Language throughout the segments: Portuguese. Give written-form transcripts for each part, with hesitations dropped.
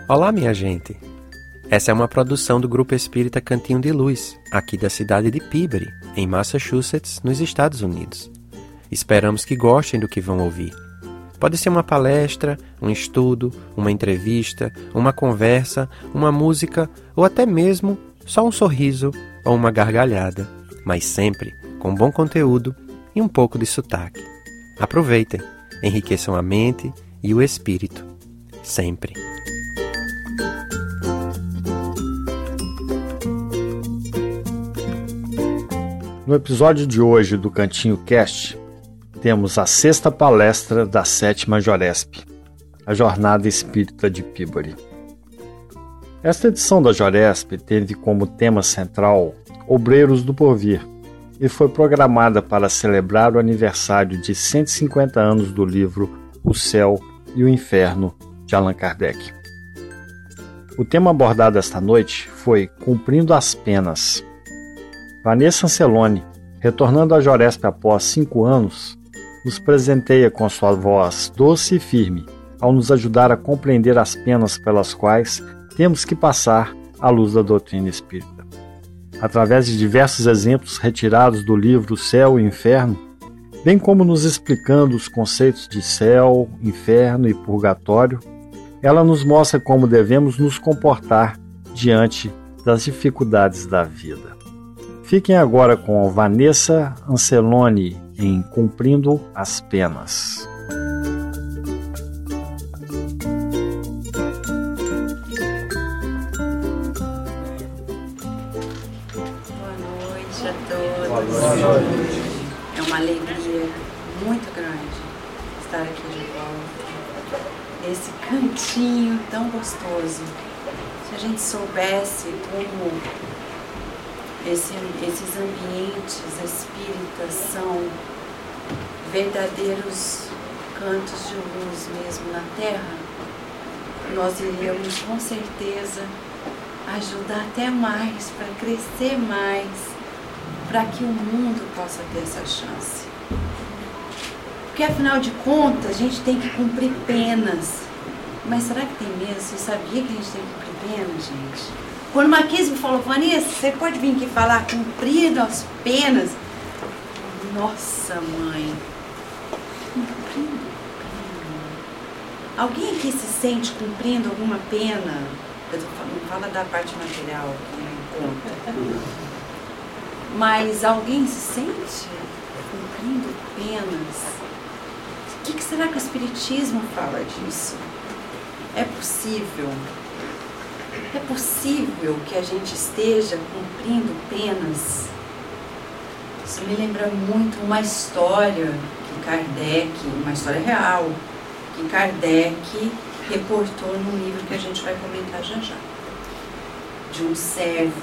Olá, minha gente! Essa é uma produção do Grupo Espírita Cantinho de Luz, aqui da cidade de Peabody, em Massachusetts, nos Estados Unidos. Esperamos que gostem do que vão ouvir. Pode ser uma palestra, um estudo, uma entrevista, uma conversa, uma música ou até mesmo só um sorriso ou uma gargalhada, mas sempre com bom conteúdo e um pouco de sotaque. Aproveitem, enriqueçam a mente e o espírito, sempre. No episódio de hoje do Cantinho Cast, temos a 6ª palestra da 7ª Joresp, a Jornada Espírita de Peabody. Esta edição da Joresp teve como tema central Obreiros do Porvir e foi programada para celebrar o aniversário de 150 anos do livro O Céu e o Inferno, de Allan Kardec. O tema abordado esta noite foi Cumprindo as Penas. Vanessa Anceloni, retornando à Joresp após 5 anos, nos presenteia com sua voz doce e firme, ao nos ajudar a compreender as penas pelas quais temos que passar à luz da doutrina espírita. Através de diversos exemplos retirados do livro O Céu e o Inferno, bem como nos explicando os conceitos de céu, inferno e purgatório, ela nos mostra como devemos nos comportar diante das dificuldades da vida. Fiquem agora com Vanessa Anceloni em Cumprindo as Penas. Boa noite a todos. É uma alegria muito grande estar aqui de volta, nesse cantinho tão gostoso. Se a gente soubesse como esses ambientes espíritas são verdadeiros cantos de luz mesmo na Terra, nós iríamos com certeza ajudar até mais, para crescer mais, para que o mundo possa ter essa chance. Porque afinal de contas a gente tem que cumprir penas. Mas será que tem mesmo? Você sabia que a gente tem que cumprir penas, gente? Quando o Marquês me falou, Vanessa, você pode vir aqui falar cumprindo as penas? Nossa, mãe, cumprindo pena. Alguém aqui se sente cumprindo alguma pena? Eu tô falando, fala da parte material, que não conta. Mas alguém se sente cumprindo penas? O que será que o Espiritismo fala disso? É possível? É possível que a gente esteja cumprindo penas? Isso me lembra muito uma história que Kardec, uma história real, que Kardec reportou num livro que a gente vai comentar já já, de um servo.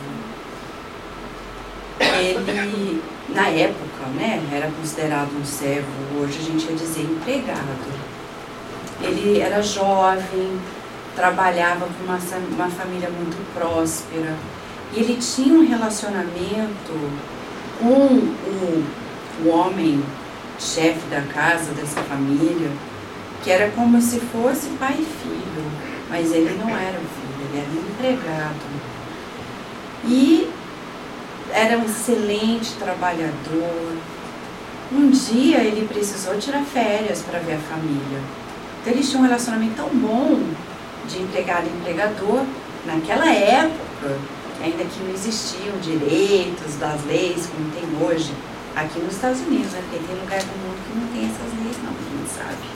Ele, na época, era considerado um servo, hoje a gente ia dizer empregado. Ele era jovem, trabalhava com uma família muito próspera, e ele tinha um relacionamento com o homem, chefe da casa dessa família, que era como se fosse pai e filho, mas ele não era um filho, ele era um empregado. E era um excelente trabalhador. Um dia ele precisou tirar férias para ver a família. Então eles tinham um relacionamento tão bom de empregado e empregador, naquela época, ainda que não existiam direitos das leis como tem hoje, aqui nos Estados Unidos, porque tem lugar do mundo que não tem essas leis não, a gente sabe.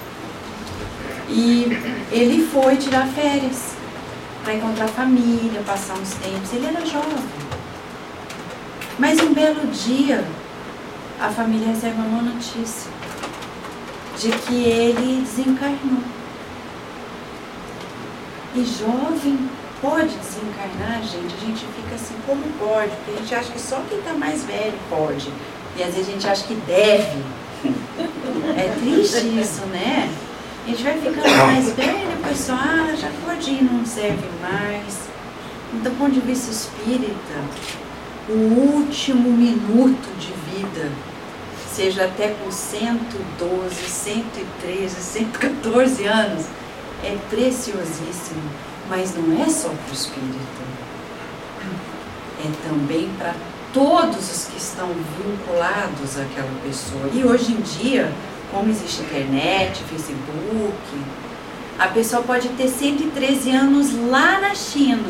E ele foi tirar férias para encontrar a família, passar uns tempos. Ele era jovem. Mas um belo dia, a família recebe uma má notícia de que ele desencarnou. E jovem pode desencarnar, gente? A gente fica assim, como pode? Porque a gente acha que só quem está mais velho pode. E às vezes a gente acha que deve. É triste isso, né? A gente vai ficando mais velho, o pessoal, já pode ir, não serve mais. Do ponto de vista espírita, o último minuto de vida, seja até com 112, 113, 114 anos, é preciosíssimo. Mas não é só para o espírito, é também para todos os que estão vinculados àquela pessoa. E hoje em dia, como existe internet, Facebook, a pessoa pode ter 113 anos lá na China.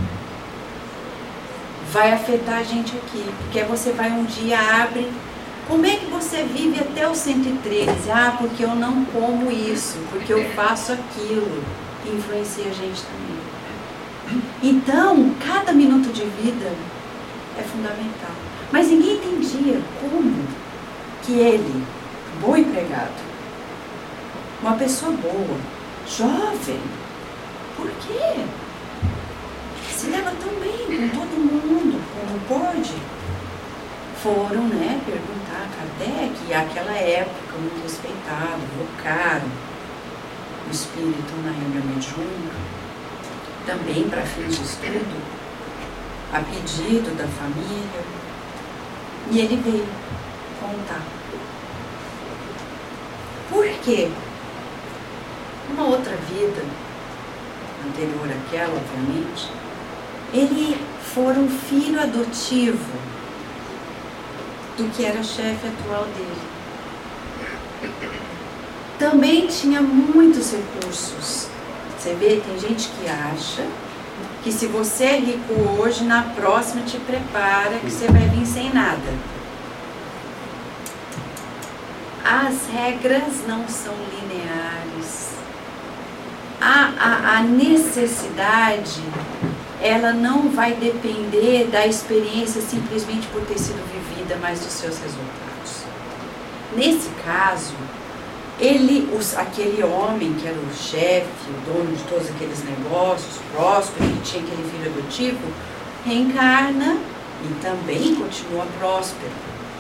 Vai afetar a gente aqui, porque você vai um dia, abre, como é que você vive até os 113? Ah, porque eu não como isso, porque eu faço aquilo, influencia a gente também. Então, cada minuto de vida é fundamental. Mas ninguém entendia como que ele, bom empregado, uma pessoa boa, jovem, por quê? Se leva tão bem com todo mundo, como pode? Foram, perguntar a Kardec, e aquela época muito respeitado, invocaram o espírito na reunião mediúnica, também para fins de estudo, a pedido da família, e ele veio contar. Por quê? Uma outra vida, anterior àquela, obviamente, ele fora um filho adotivo do que era chefe atual dele. Também tinha muitos recursos. Você vê, tem gente que acha que se você é rico hoje, na próxima te prepara que você vai vir sem nada. As regras não são lineares. A necessidade, ela não vai depender da experiência simplesmente por ter sido vivida, mas dos seus resultados. Nesse caso, aquele homem que era o chefe, o dono de todos aqueles negócios, próspero, que tinha aquele filho adotivo, reencarna e também continua próspero,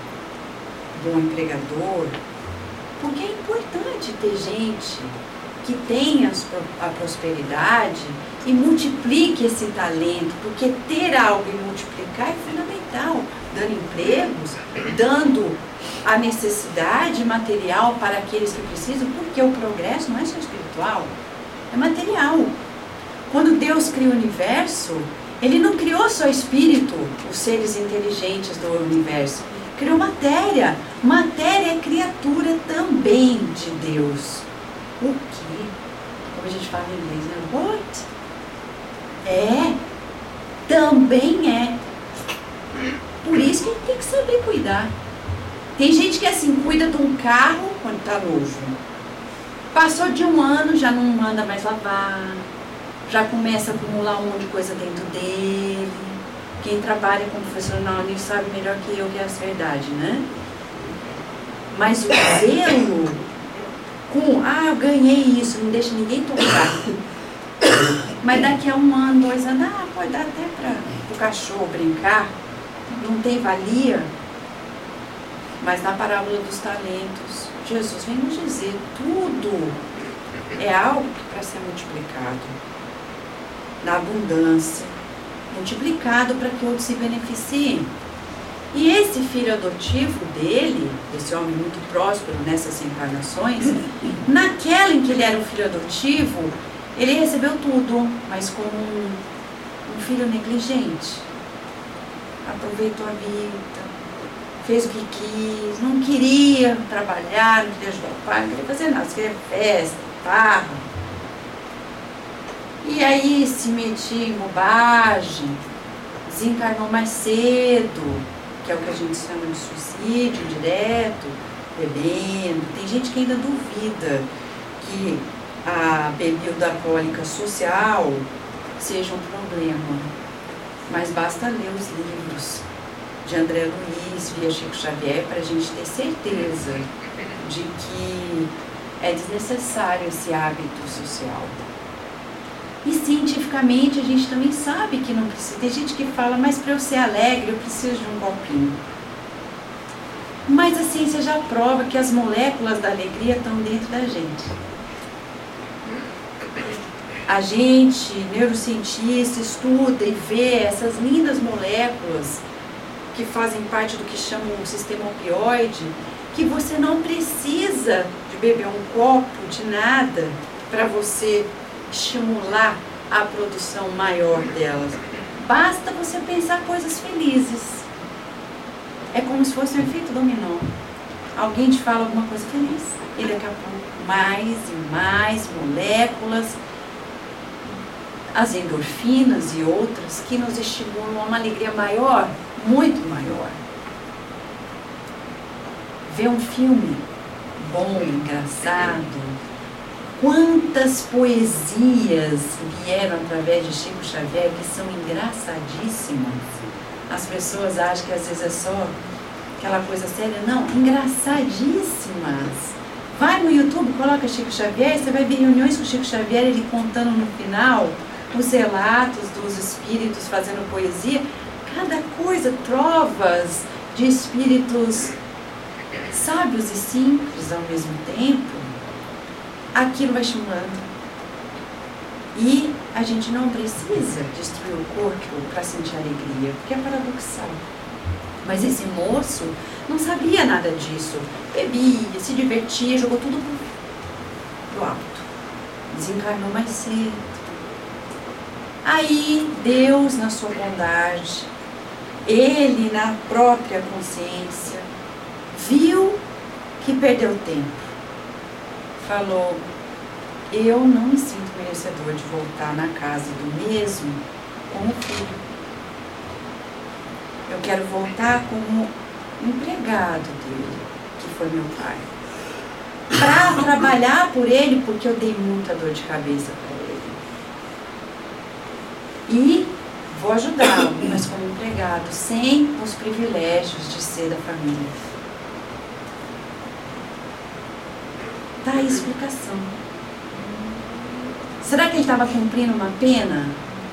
bom empregador, porque é importante ter gente que tenha a prosperidade e multiplique esse talento, porque ter algo e multiplicar é fundamental, dando empregos, dando a necessidade material para aqueles que precisam, porque o progresso não é só espiritual, é material. Quando Deus cria o universo, Ele não criou só espírito, os seres inteligentes do universo, criou matéria. Matéria é criatura também de Deus. O quê? Como a gente fala em inglês, né? What? É, também é. Por isso que a gente tem que saber cuidar. Tem gente que assim, cuida de um carro quando está novo. Passou de um ano, já não manda mais lavar, já começa a acumular um monte de coisa dentro dele. Quem trabalha como profissional nisso sabe melhor que eu que é essa verdade, né? Mas o zelo com, eu ganhei isso, não deixa ninguém tocar. Mas daqui a 1 ano, 2 anos, pode dar até para o cachorro brincar, não tem valia. Mas na parábola dos talentos, Jesus vem nos dizer, tudo é algo para ser multiplicado, na abundância, multiplicado para que outros se beneficiem. E esse filho adotivo dele, esse homem muito próspero nessas encarnações, naquela em que ele era um filho adotivo, ele recebeu tudo, mas como um filho negligente. Aproveitou a vida, fez o que quis, não queria trabalhar, não queria ajudar o pai, não queria fazer nada, só queria festa, farra. E aí se metia em bobagem, desencarnou mais cedo, que é o que a gente chama de suicídio indireto, bebendo. Tem gente que ainda duvida que a bebida alcoólica social seja um problema, mas basta ler os livros de André Luiz, via Chico Xavier, para a gente ter certeza de que é desnecessário esse hábito social. E cientificamente a gente também sabe que não precisa. Tem gente que fala, mas para eu ser alegre eu preciso de um copinho. Mas a ciência já prova que as moléculas da alegria estão dentro da gente. A gente, neurocientista, estuda e vê essas lindas moléculas que fazem parte do que chamam o sistema opioide, que você não precisa de beber um copo de nada para você estimular a produção maior delas. Basta você pensar coisas felizes. É como se fosse um efeito dominó. Alguém te fala alguma coisa feliz e daqui a pouco mais e mais moléculas, as endorfinas e outras que nos estimulam a uma alegria maior, muito maior. Ver um filme bom, engraçado. Quantas poesias vieram através de Chico Xavier que são engraçadíssimas. As pessoas acham que às vezes é só aquela coisa séria. Não, engraçadíssimas. Vai no YouTube, coloca Chico Xavier, você vai ver reuniões com Chico Xavier, ele contando no final os relatos dos espíritos fazendo poesia. Cada coisa, trovas de espíritos sábios e simples ao mesmo tempo. Aquilo vai estimulando. E a gente não precisa destruir o corpo para sentir alegria, porque é paradoxal. Mas esse moço não sabia nada disso. Bebia, se divertia, jogou tudo pro alto. Desencarnou mais cedo. Aí Deus, na sua bondade, ele na própria consciência, viu que perdeu tempo. Falou, eu não me sinto merecedor de voltar na casa do mesmo como filho. Eu quero voltar como empregado dele, que foi meu pai. Para trabalhar por ele, porque eu dei muita dor de cabeça para ele. E vou ajudá-lo, mas como empregado, sem os privilégios de ser da família. Tá aí a explicação. Será que ele estava cumprindo uma pena?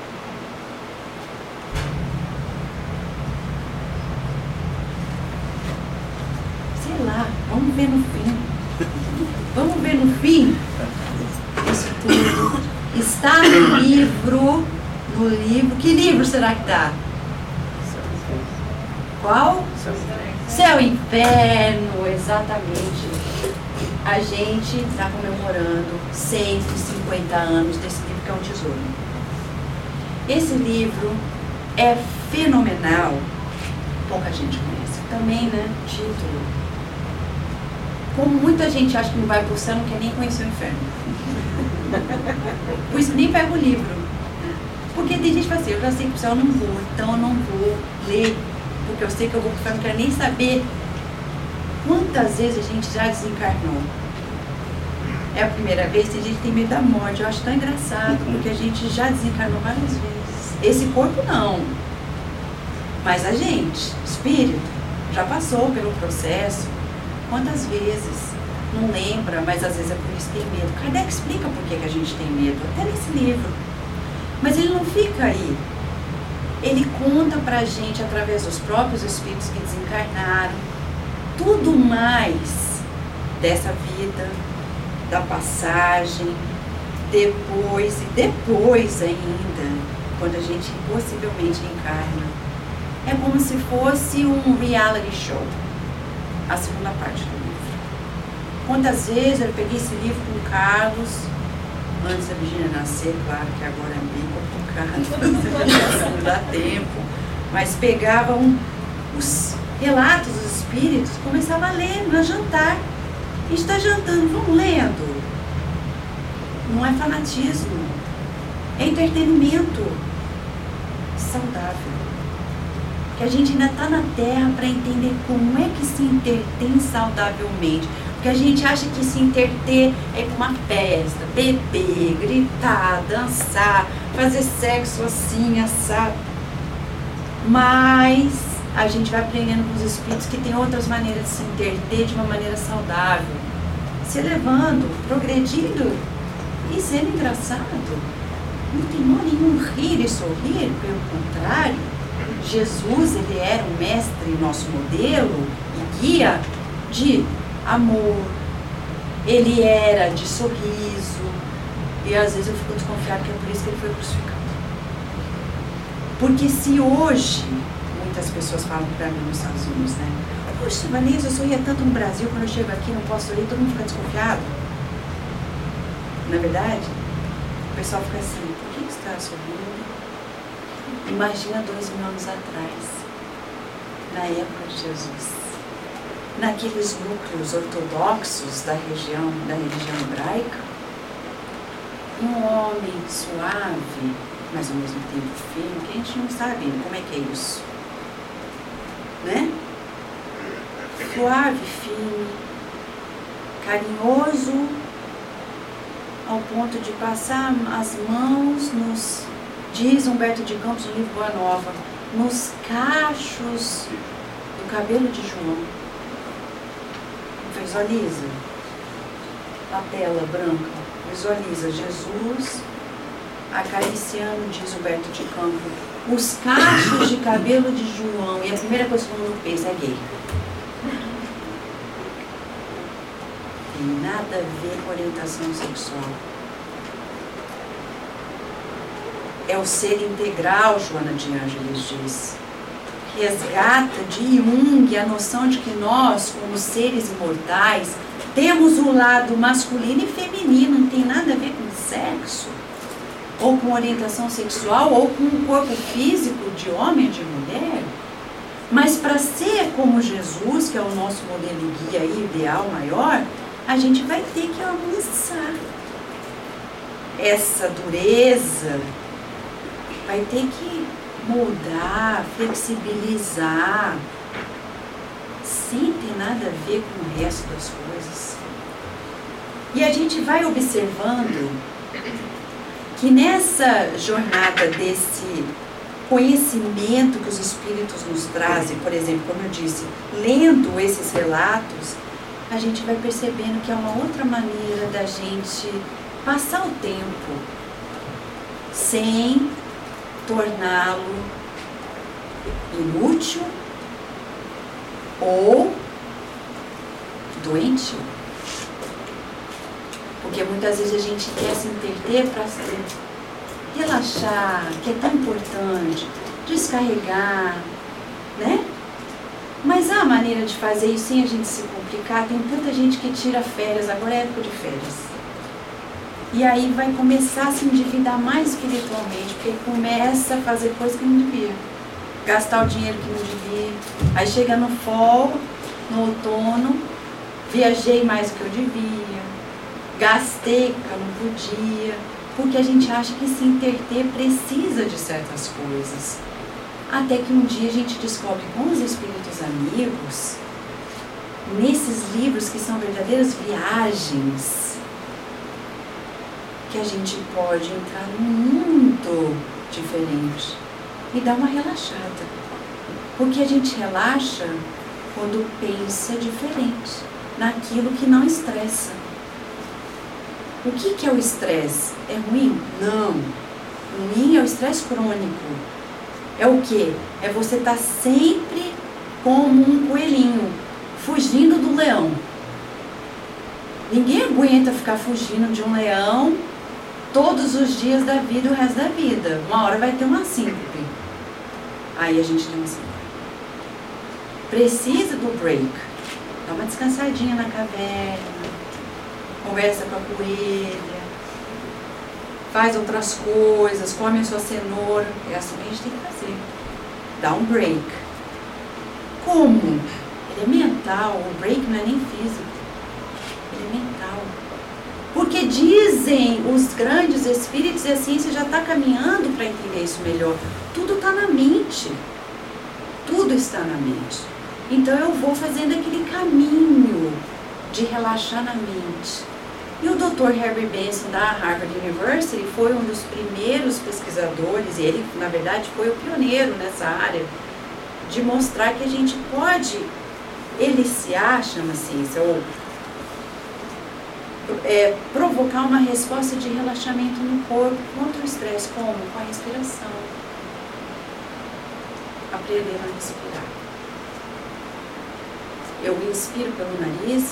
Sei lá, vamos ver no fim. Vamos ver no fim. Isso tudo está no livro. No livro. Que livro será que está? Qual? Céu e Inferno, exatamente. A gente está comemorando 150 anos desse livro que é um tesouro. Esse livro é fenomenal. Pouca gente conhece. Também, né? Título. Como muita gente acha que não vai para o céu, não quer nem conhecer o inferno. Por isso nem pega o livro. Porque tem gente que fala assim, eu já sei que para o céu eu não vou, então eu não vou ler. Porque eu sei que eu vou para o inferno, não quero nem saber. Quantas vezes a gente já desencarnou? É a primeira vez, tem gente que tem medo da morte. Eu acho tão engraçado, porque a gente já desencarnou várias vezes. Esse corpo não. Mas a gente, espírito, já passou pelo processo. Quantas vezes? Não lembra, mas às vezes é por isso que tem medo. Kardec explica por que a gente tem medo, até nesse livro. Mas ele não fica aí. Ele conta pra gente, através dos próprios espíritos que desencarnaram, tudo mais dessa vida, da passagem, depois e depois ainda, quando a gente possivelmente encarna. É como se fosse um reality show, a segunda parte do livro. Quantas vezes eu peguei esse livro com o Carlos, antes da Virgínia nascer, claro que agora é bem complicado, não dá tempo, mas pegavam os relatos dos espíritos, começava a ler no jantar. A gente está jantando, vamos lendo. Não é fanatismo, é entretenimento saudável. Que a gente ainda está na Terra para entender como é que se intertém saudavelmente. Porque a gente acha que se interter é ir para uma festa, beber, gritar, dançar, fazer sexo assim, assado. Mas a gente vai aprendendo com os espíritos que tem outras maneiras de se interter de uma maneira saudável, se elevando, progredindo e sendo engraçado. Não tem mal nenhum rir e sorrir, pelo contrário. Jesus, ele era um mestre, nosso modelo e guia de amor. Ele era de sorriso. E às vezes eu fico desconfiada que é por isso que ele foi crucificado. Porque se hoje muitas pessoas falam para mim nos Estados Unidos, né? Poxa, Vanessa, eu sorria tanto no Brasil, quando eu chego aqui não posso sorrir, todo mundo fica desconfiado. Na verdade, o pessoal fica assim, por que você está ficar subindo. Imagina 2000 anos atrás, na época de Jesus, naqueles núcleos ortodoxos da religião hebraica, um homem suave, mas ao mesmo tempo firme, que a gente não sabe como é que é isso, né? Suave, firme, carinhoso, ao ponto de passar as mãos nos, diz Humberto de Campos no livro Boa Nova, nos cachos do cabelo de João. Visualiza a tela branca, visualiza Jesus acariciando, diz Humberto de Campos, os cachos de cabelo de João, e a primeira coisa que o mundo pensa é gay. Tem nada a ver com orientação sexual. É o ser integral, Joana de Ângeles diz. Resgata de Jung a noção de que nós, como seres imortais, temos um lado masculino e feminino, não tem nada a ver com sexo, ou com orientação sexual, ou com o corpo físico de homem ou de mulher. Mas para ser como Jesus, que é o nosso modelo guia e ideal maior, a gente vai ter que alcançar essa dureza, vai ter que mudar, flexibilizar, sem ter nada a ver com o resto das coisas. E a gente vai observando que nessa jornada desse conhecimento que os espíritos nos trazem, por exemplo, como eu disse, lendo esses relatos, a gente vai percebendo que é uma outra maneira da gente passar o tempo sem torná-lo inútil ou doentio. Porque muitas vezes a gente quer se entreter para relaxar, que é tão importante, descarregar, né? Mas há maneira de fazer isso sem a gente se complicar. Tem tanta gente que tira férias, agora é época de férias. E aí vai começar a se endividar mais espiritualmente, porque começa a fazer coisa que não devia. Gastar o dinheiro que não devia. Aí chega no fall, no outono, viajei mais do que eu devia, gastei porque eu não podia, porque a gente acha que se interter precisa de certas coisas. Até que um dia a gente descobre com os espíritos amigos, nesses livros que são verdadeiras viagens, que a gente pode entrar num mundo diferente e dar uma relaxada. Porque a gente relaxa quando pensa diferente, naquilo que não estressa. O que é o estresse? É ruim? Não. Ruim é o estresse crônico. É o quê? É você estar sempre como um coelhinho, fugindo do leão. Ninguém aguenta ficar fugindo de um leão todos os dias da vida e o resto da vida. Uma hora vai ter uma síncope. Aí a gente tem uma síncope. Precisa do break. Dá uma descansadinha na caverna, conversa com a coelha, faz outras coisas, come a sua cenoura. É assim que a gente tem que fazer. Dá um break. Como? Ele é mental. O break não é nem físico. Ele é mental. Porque dizem os grandes espíritos, e a ciência já está caminhando para entender isso melhor. Tudo está na mente. Tudo está na mente. Então eu vou fazendo aquele caminho de relaxar na mente. E o Dr. Harry Benson da Harvard University foi um dos primeiros pesquisadores, e ele, na verdade, foi o pioneiro nessa área, de mostrar que a gente pode eliciar, chama-se isso, ou provocar uma resposta de relaxamento no corpo contra o estresse, como? Com a respiração. Aprender a respirar. Eu inspiro pelo nariz,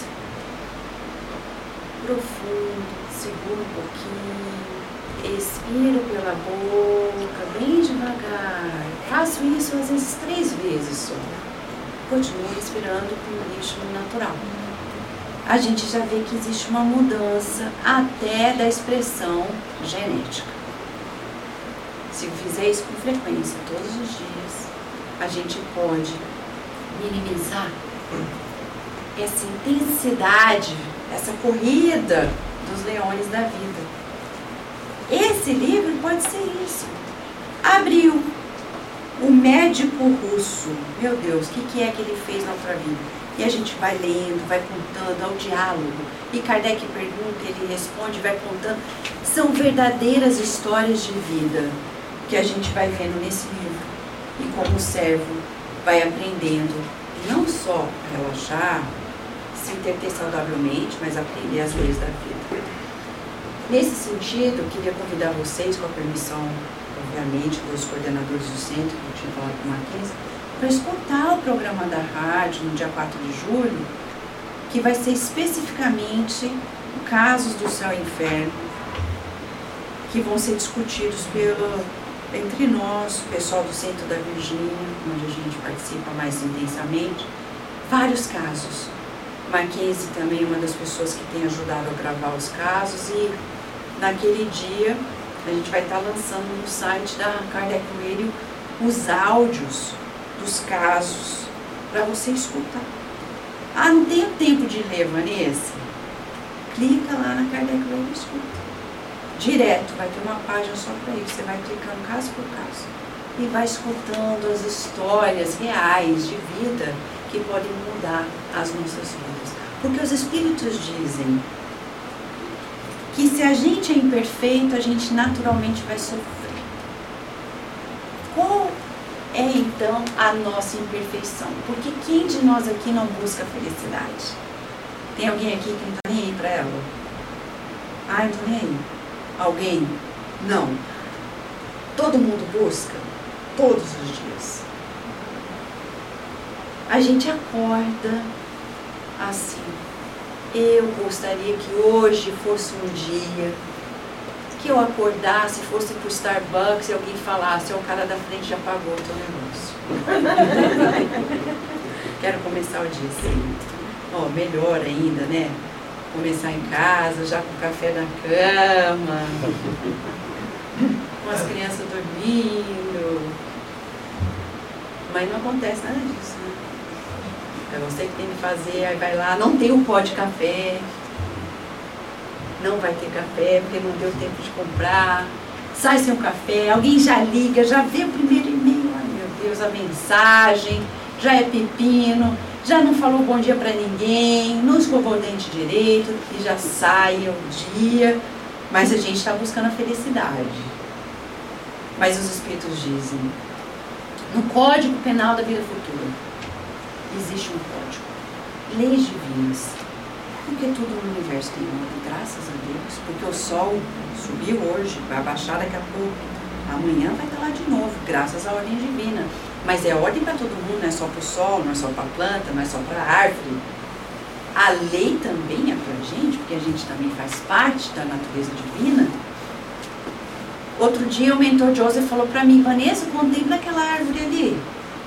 profundo, seguro um pouquinho, expiro pela boca, bem devagar. Faço isso às vezes 3 vezes só. Continuo respirando com o ritmo natural. A gente já vê que existe uma mudança até da expressão genética. se fizer isso com frequência, todos os dias, a gente pode minimizar essa intensidade, essa corrida dos leões da vida. Esse livro pode ser isso. Abriu. O médico russo, meu Deus, o que é que ele fez na outra vida? E a gente vai lendo, vai contando, é o diálogo. E Kardec pergunta, ele responde, vai contando. São verdadeiras histórias de vida que a gente vai vendo nesse livro. E como o servo vai aprendendo, não só a relaxar, se entreter saudavelmente, mas aprender as leis da vida. Nesse sentido, eu queria convidar vocês, com a permissão, obviamente, dos coordenadores do centro, que eu tinha falado com o Mackenzie, para escutar o programa da rádio no dia 4 de julho, que vai ser especificamente casos do céu e inferno, que vão ser discutidos entre nós, o pessoal do centro da Virgínia, onde a gente participa mais intensamente, vários casos. Mackenzie também é uma das pessoas que tem ajudado a gravar os casos, e naquele dia a gente vai estar lançando no site da Kardec Radio os áudios dos casos para você escutar. Ah, não tenho tempo de ler, Vanessa? Clica lá na Kardec Radio e escuta. Direto, vai ter uma página só para isso. Você vai clicando caso por caso e vai escutando as histórias reais de vida que podem mudar as nossas vidas. Porque os Espíritos dizem que se a gente é imperfeito, a gente naturalmente vai sofrer. Qual é então a nossa imperfeição? Porque quem de nós aqui não busca felicidade? Tem alguém aqui que não está nem aí para ela? Ah, não estou nem aí. Alguém? Não. Todo mundo busca? Todos os dias. A gente acorda assim. Eu gostaria que hoje fosse um dia que eu acordasse, fosse pro Starbucks e alguém falasse, o cara da frente já pagou o teu negócio. Quero começar o dia assim. Melhor ainda, né? Começar em casa, já com café na cama, com as crianças dormindo. Mas não acontece nada disso, né? É você que tem que fazer, aí vai lá, não tem o pó de café, não vai ter café porque não deu tempo de comprar, sai sem o café, alguém já liga, já vê o primeiro e-mail, ai meu Deus, a mensagem, já é pepino, já não falou bom dia pra ninguém, não escovou o dente direito e já sai o dia, mas a gente está buscando a felicidade. Mas os Espíritos dizem, no Código Penal da Vida Futura, existe um código, leis divinas, porque tudo no universo tem ordem, graças a Deus, porque o sol subiu hoje, vai baixar daqui a pouco, amanhã vai estar lá de novo, graças à ordem divina, mas é ordem para todo mundo, não é só para o sol, não é só para a planta, não é só para a árvore. A lei também é para a gente, porque a gente também faz parte da natureza divina. Outro dia o mentor Joseph falou para mim, Vanessa, contempla aquela árvore ali.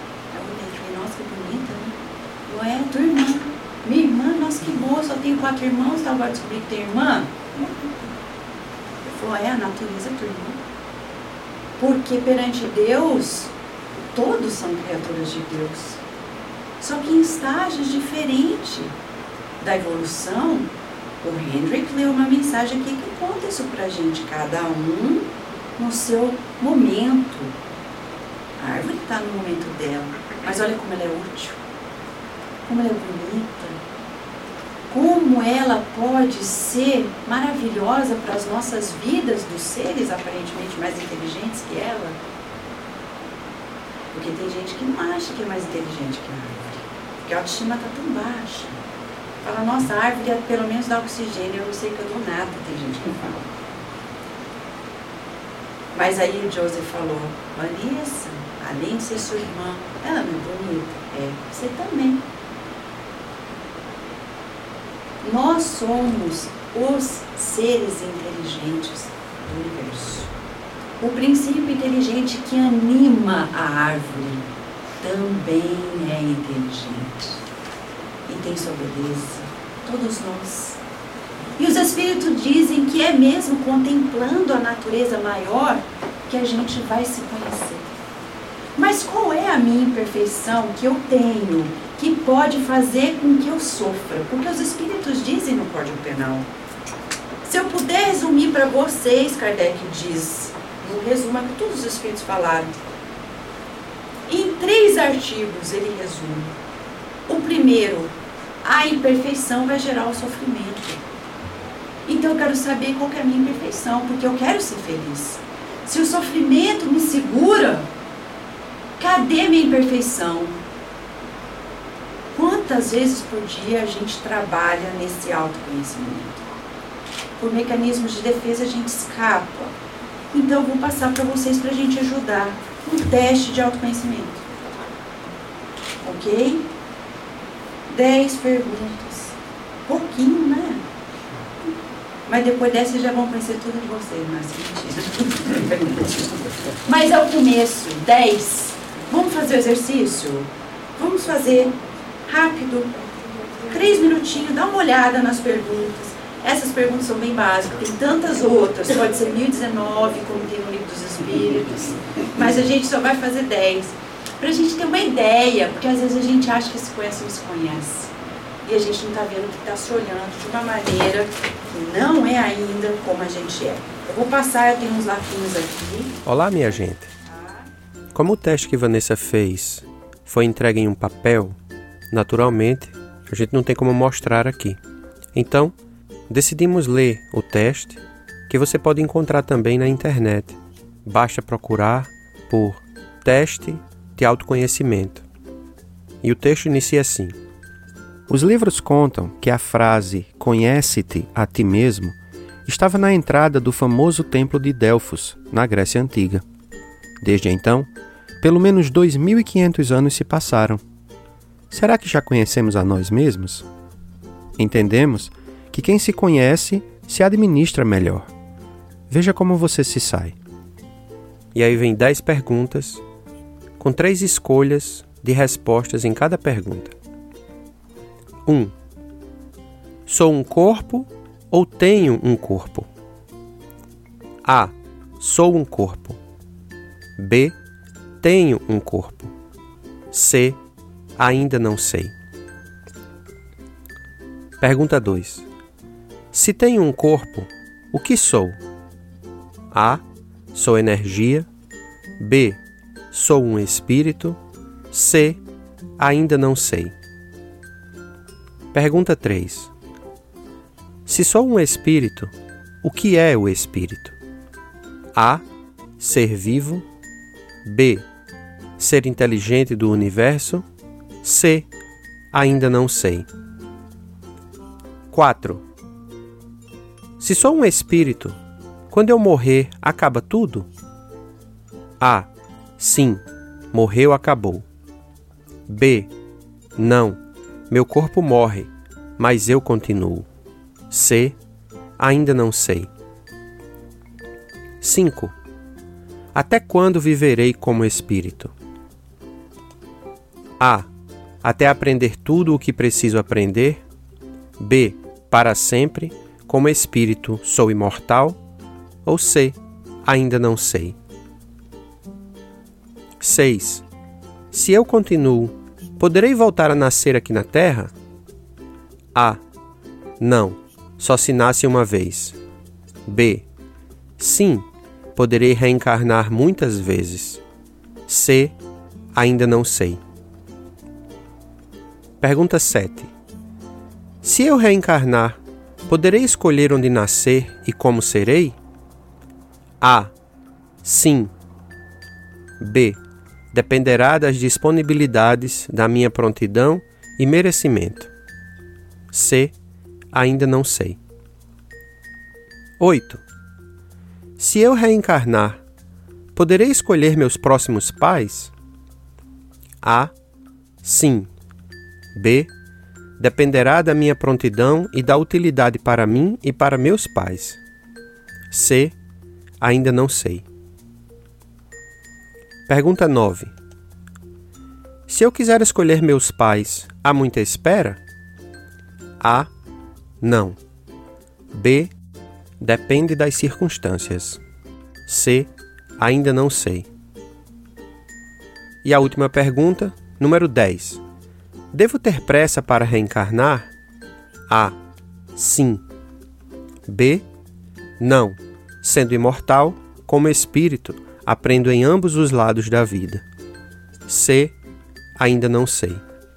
É tua irmã, minha irmã, nossa que boa, só tenho 4 irmãos, tá agora descobri que tem irmã. Ele falou, a natureza é tua irmã. Porque perante Deus, todos são criaturas de Deus. Só que em estágios diferentes da evolução. O Hendrik leu uma mensagem aqui que conta isso pra gente, cada um no seu momento. A árvore está no momento dela, mas olha como ela é útil. Como ela é bonita, como ela pode ser maravilhosa para as nossas vidas dos seres aparentemente mais inteligentes que ela. Porque tem gente que não acha que é mais inteligente que a árvore, porque a autoestima está tão baixa. Fala, nossa, a árvore pelo menos dá oxigênio, eu não sei que eu dou nada, tem gente que fala. Mas aí o Joseph falou, Vanessa, além de ser sua irmã, ela não é bonita? É, você também. Nós somos os seres inteligentes do universo. O princípio inteligente que anima a árvore também é inteligente. E tem sua beleza, todos nós. E os Espíritos dizem que é mesmo contemplando a natureza maior que a gente vai se conhecer. Mas qual é a minha imperfeição que eu tenho, que pode fazer com que eu sofra? Porque os Espíritos dizem no Código Penal. Se eu puder resumir para vocês, Kardec diz, no resumo que todos os Espíritos falaram, em 3 artigos ele resume. O primeiro, a imperfeição vai gerar o sofrimento. Então eu quero saber qual que é a minha imperfeição, porque eu quero ser feliz. Se o sofrimento me segura, cadê minha imperfeição? Quantas vezes por dia a gente trabalha nesse autoconhecimento? Por mecanismos de defesa a gente escapa. Então eu vou passar para vocês para a gente ajudar. Um teste de autoconhecimento. Ok? 10 perguntas. Pouquinho, né? Mas depois dessa vocês já vão conhecer tudo de vocês. Mas mentira. Mas é o começo. 10. Vamos fazer o exercício? Vamos fazer rápido. 3 minutinhos. Dá uma olhada nas perguntas. Essas perguntas são bem básicas. Tem tantas outras. Pode ser 1019, como tem no Livro dos Espíritos. Mas a gente só vai fazer 10. Pra gente ter uma ideia. Porque às vezes a gente acha que se conhece ou se conhece. E a gente não está vendo que está se olhando de uma maneira que não é ainda como a gente é. Eu vou passar, eu tenho uns lapinhos aqui. Olá, minha gente. Como o teste que Vanessa fez foi entregue em um papel, naturalmente, a gente não tem como mostrar aqui. Então, decidimos ler o teste, que você pode encontrar também na internet. Basta procurar por teste de autoconhecimento. E o texto inicia assim. Os livros contam que a frase "conhece-te a ti mesmo" estava na entrada do famoso templo de Delfos, na Grécia Antiga. Desde então, pelo menos 2.500 anos se passaram. Será que já conhecemos a nós mesmos? Entendemos que quem se conhece se administra melhor. Veja como você se sai. E aí vem 10 perguntas, com 3 escolhas de respostas em cada pergunta. 1. Sou um corpo ou tenho um corpo? A. Sou um corpo. B. Tenho um corpo. C. Ainda não sei. Pergunta 2. Se tenho um corpo, o que sou? A. Sou energia. B. Sou um espírito. C. Ainda não sei. Pergunta 3. Se sou um espírito, o que é o espírito? A. Ser vivo. B. Ser inteligente do universo. C. Ainda não sei. 4. Se sou um espírito, quando eu morrer, acaba tudo? A. Sim. Morreu, acabou. B. Não. Meu corpo morre, mas eu continuo. C. Ainda não sei. 5. Até quando viverei como espírito? A. Até aprender tudo o que preciso aprender. B. Para sempre, como espírito sou imortal. Ou C. Ainda não sei. 6. Se eu continuo, poderei voltar a nascer aqui na Terra? A. Não. Só se nasce uma vez. B. Sim. Poderei reencarnar muitas vezes. C. Ainda não sei. Pergunta 7. Se eu reencarnar, poderei escolher onde nascer e como serei? A. Sim. B. Dependerá das disponibilidades da minha prontidão e merecimento. C. Ainda não sei. 8. Se eu reencarnar, poderei escolher meus próximos pais? A. Sim. B. Dependerá da minha prontidão e da utilidade para mim e para meus pais. C. Ainda não sei. Pergunta 9. Se eu quiser escolher meus pais, há muita espera? A. Não. B. Depende das circunstâncias. C. ainda não sei. E a última pergunta, número 10. Devo ter pressa para reencarnar? A. Sim. B. Não. Sendo imortal, como espírito, aprendo em ambos os lados da vida. C. Ainda não sei.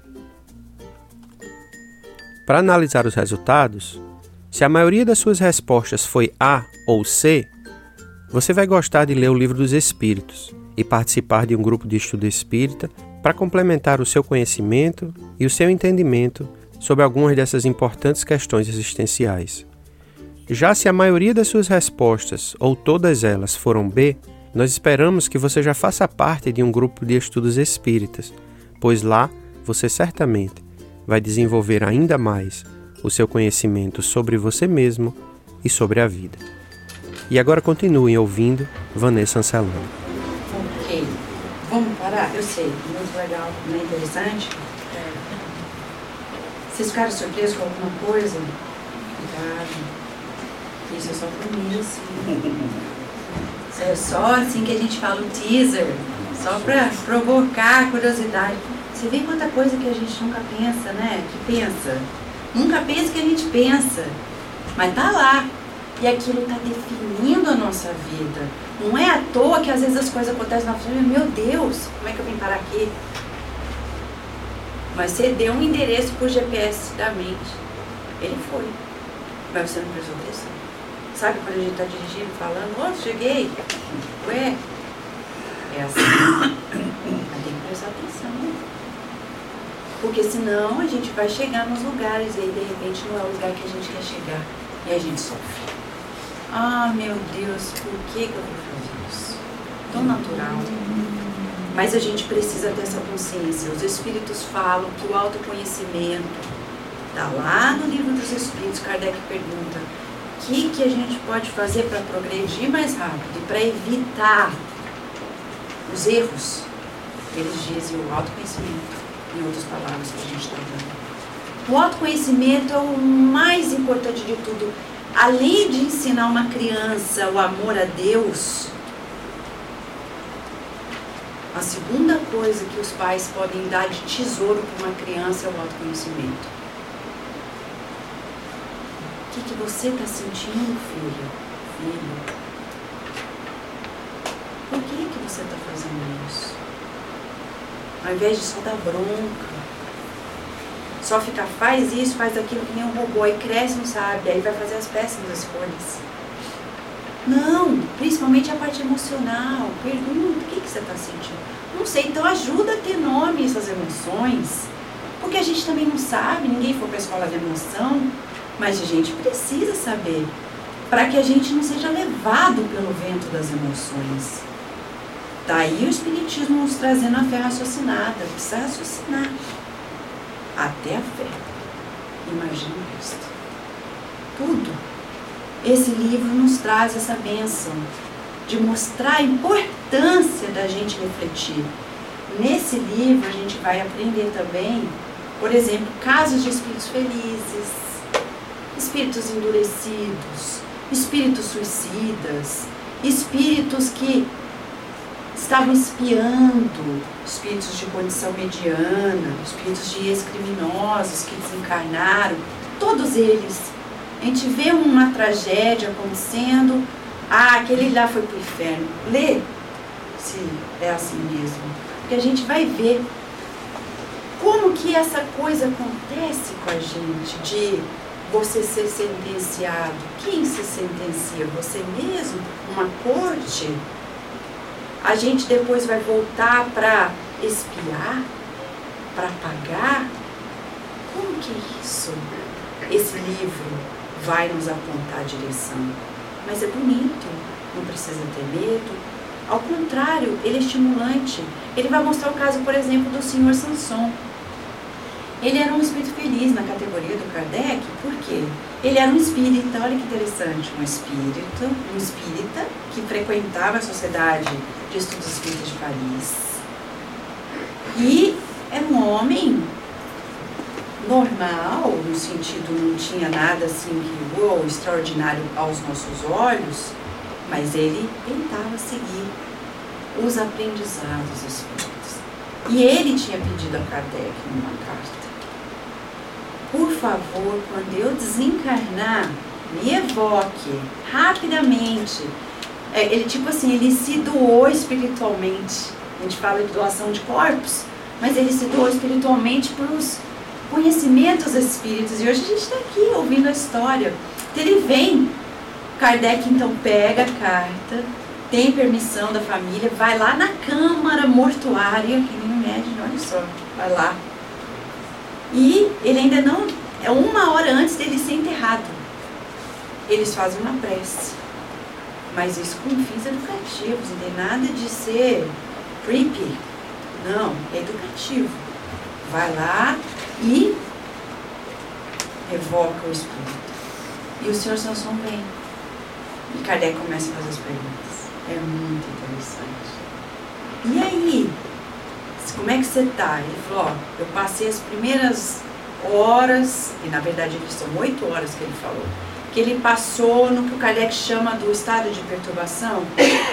Para analisar os resultados, se a maioria das suas respostas foi A ou C, você vai gostar de ler o Livro dos Espíritos e participar de um grupo de estudo espírita para complementar o seu conhecimento e o seu entendimento sobre algumas dessas importantes questões existenciais. Já se a maioria das suas respostas, ou todas elas, foram B, nós esperamos que você já faça parte de um grupo de estudos espíritas, pois lá você certamente vai desenvolver ainda mais o seu conhecimento sobre você mesmo e sobre a vida. E agora continuem ouvindo Vanessa Ancelano. Ok, vamos parar? Eu sei, muito legal, não é interessante? Vocês ficaram surpresos com alguma coisa? Cuidado. Isso é só por mim, assim. Isso é só assim que a gente fala o teaser, só para provocar a curiosidade. Você vê quanta coisa que a gente nunca pensa, né? Que pensa. Nunca pensa que a gente pensa. Mas tá lá. E aquilo tá definindo a nossa vida. Não é à toa que às vezes as coisas acontecem na frente. Meu Deus, como é que eu vim parar aqui? Mas você deu um endereço pro GPS da mente. Ele foi. Mas você não prestou atenção. Sabe quando a gente tá dirigindo, falando, ó, cheguei. Ué, é assim. Mas tem que prestar atenção. Porque senão a gente vai chegar nos lugares e aí de repente não é o lugar que a gente quer chegar. E a gente sofre. Ah, meu Deus, por que eu vou fazer isso? Tão natural. Mas a gente precisa ter essa consciência. Os Espíritos falam que o autoconhecimento está lá no Livro dos Espíritos. Kardec pergunta, o que a gente pode fazer para progredir mais rápido e para evitar os erros? Eles dizem o autoconhecimento, em outras palavras que a gente está dando. O autoconhecimento é o mais importante de tudo. Além de ensinar uma criança o amor a Deus, a segunda coisa que os pais podem dar de tesouro para uma criança é o autoconhecimento. O que você está sentindo, filho? Por que você está fazendo isso? Ao invés de só dar bronca, só ficar, faz isso, faz aquilo que nem um robô, aí cresce, não sabe, aí vai fazer as péssimas escolhas. Não, principalmente a parte emocional. Pergunta, o que você está sentindo? Não sei, então ajuda a ter nome essas emoções, porque a gente também não sabe, ninguém foi para a escola de emoção, mas a gente precisa saber, para que a gente não seja levado pelo vento das emoções. Daí o Espiritismo nos trazendo a fé raciocinada, precisa raciocinar. Até a fé. Imagina o resto. Tudo. Esse livro nos traz essa bênção de mostrar a importância da gente refletir. Nesse livro a gente vai aprender também, por exemplo, casos de espíritos felizes, espíritos endurecidos, espíritos suicidas, espíritos que estavam espiando, espíritos de condição mediana, espíritos de ex-criminosos que desencarnaram, todos eles. A gente vê uma tragédia acontecendo, aquele lá foi para o inferno. Lê, se é assim mesmo, porque a gente vai ver como que essa coisa acontece com a gente, de você ser sentenciado. Quem se sentencia? Você mesmo? Uma corte? A gente depois vai voltar para espiar, para pagar? Como que é isso? Esse livro vai nos apontar a direção. Mas é bonito, não precisa ter medo. Ao contrário, ele é estimulante. Ele vai mostrar o caso, por exemplo, do senhor Samson. Ele era um espírito feliz na categoria do Kardec, por quê? Ele era um espírita, olha que interessante, um espírita que frequentava a Sociedade de Estudos Espíritas de Paris. E era um homem normal, no sentido, não tinha nada assim que extraordinário aos nossos olhos, mas ele tentava seguir os aprendizados espíritos. E ele tinha pedido a Kardec numa carta: por favor, quando eu desencarnar, me evoque rapidamente. Ele tipo assim, ele se doou espiritualmente. A gente fala de doação de corpos, mas ele se doou espiritualmente para os conhecimentos espíritos. E hoje a gente está aqui ouvindo a história. Então ele vem, Kardec então pega a carta, tem permissão da família, vai lá na câmara mortuária, que nem imagina, olha só, vai lá. E ele ainda não, é 1 hora antes dele ser enterrado, eles fazem uma prece, mas isso com fins educativos, não tem nada de ser creepy, não, é educativo. Vai lá e evoca o espírito. E o Sr. Samson vem. E Kardec começa a fazer as perguntas. É muito interessante. E aí? Como é que você tá? Ele falou, ó, eu passei as primeiras horas, e na verdade são 8 horas que ele falou, que ele passou no que o Kardec chama do estado de perturbação,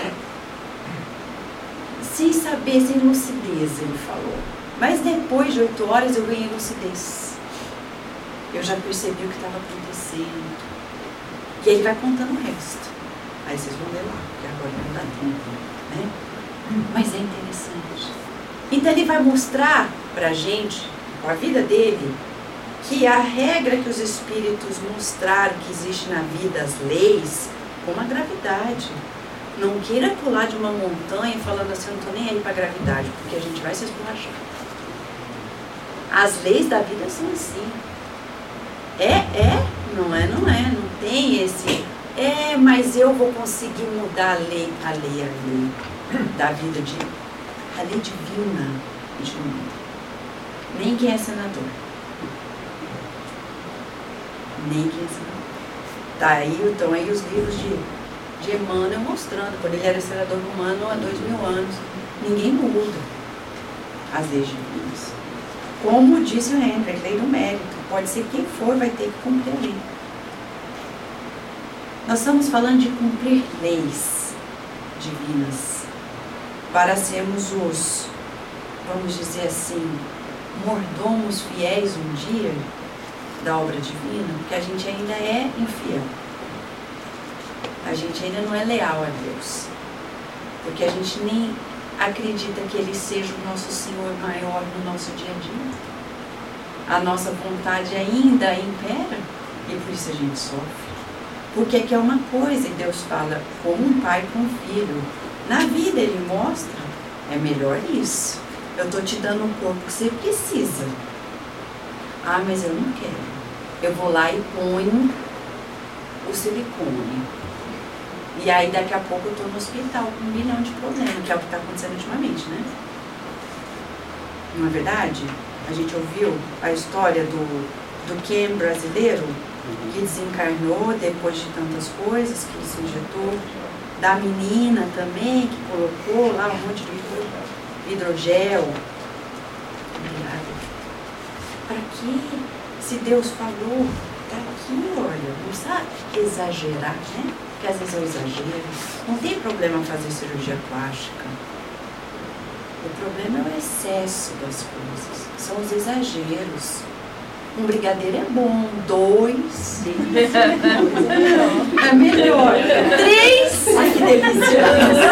sem saber, sem lucidez, ele falou. Mas depois de 8 horas eu ganhei lucidez. Eu já percebi o que estava acontecendo. E aí ele vai contando o resto. Aí vocês vão ler lá, porque agora não dá tempo, né? Mas é interessante. Então ele vai mostrar pra gente, com a vida dele, que a regra que os espíritos mostraram que existe na vida, as leis, como a gravidade. Não queira pular de uma montanha falando assim, eu não tô nem aí pra gravidade, porque a gente vai se esborrachar. As leis da vida são assim. Não é, não tem esse, mas eu vou conseguir mudar a lei da vida, a lei divina de mundo. Nem quem é senador. Nem quem é senador. Tá aí, estão aí os livros de Emmanuel mostrando, quando ele era senador romano há 2000 anos, ninguém muda as leis divinas. Como disse o Hendrick, lei do mérito. Pode ser quem for, vai ter que cumprir a lei. Nós estamos falando de cumprir leis divinas para sermos os, vamos dizer assim, mordomos fiéis um dia da obra divina, porque a gente ainda é infiel. A gente ainda não é leal a Deus. Porque a gente nem acredita que Ele seja o nosso Senhor maior no nosso dia a dia. A nossa vontade ainda impera e por isso a gente sofre. Porque aqui é uma coisa, e Deus fala como um pai com um filho. Na vida Ele mostra, é melhor isso. Eu estou te dando um corpo que você precisa. Ah, mas eu não quero. Eu vou lá e ponho o silicone. E aí daqui a pouco eu estou no hospital com 1 milhão de problemas, que é o que está acontecendo ultimamente, né? Não é verdade? A gente ouviu a história do Ken brasileiro, que desencarnou depois de tantas coisas que ele se injetou, da menina também, que colocou lá um monte de hidrogel. Para quê? Se Deus falou, tá aqui, olha, não precisa exagerar, né? Porque às vezes é um exagero. Não tem problema fazer cirurgia plástica. O problema é o excesso das coisas, são os exageros. Um brigadeiro é bom, 2 é melhor, 3, ai que delícia.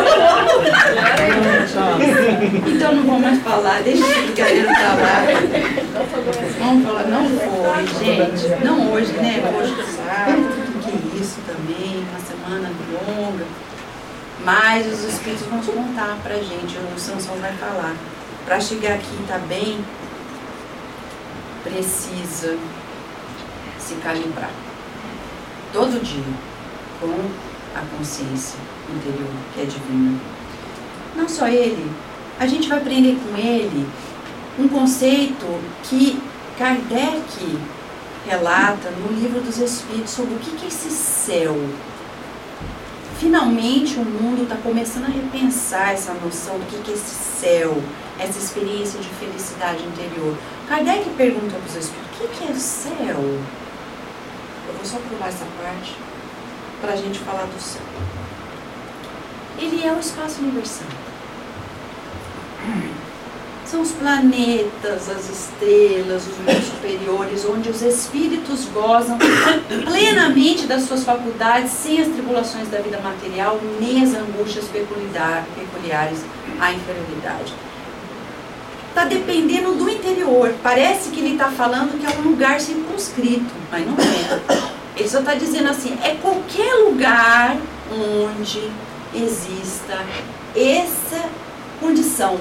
Então não vou mais falar, deixa esse brigadeiro pra lá. Vamos falar, não foi, gente, não hoje, né? Hoje sábado, que isso também, uma semana longa. Mas os espíritos vão contar pra gente, o Samson vai falar. Para chegar aqui tá bem, precisa se calibrar. Todo dia, com a consciência interior, que é divina. Não só ele, a gente vai aprender com ele um conceito que Kardec relata no Livro dos Espíritos sobre o que é esse céu. Finalmente o mundo está começando a repensar essa noção do que é esse céu, essa experiência de felicidade interior. Kardec pergunta para os espíritos, o que é o céu? Eu vou só pular essa parte para a gente falar do céu. Ele é o espaço universal. São os planetas, as estrelas, os mundos superiores, onde os espíritos gozam plenamente das suas faculdades, sem as tribulações da vida material, nem as angústias peculiares à inferioridade. Está dependendo do interior. Parece que ele está falando que é um lugar circunscrito, mas não é. Ele só está dizendo assim, é qualquer lugar onde exista essa condição.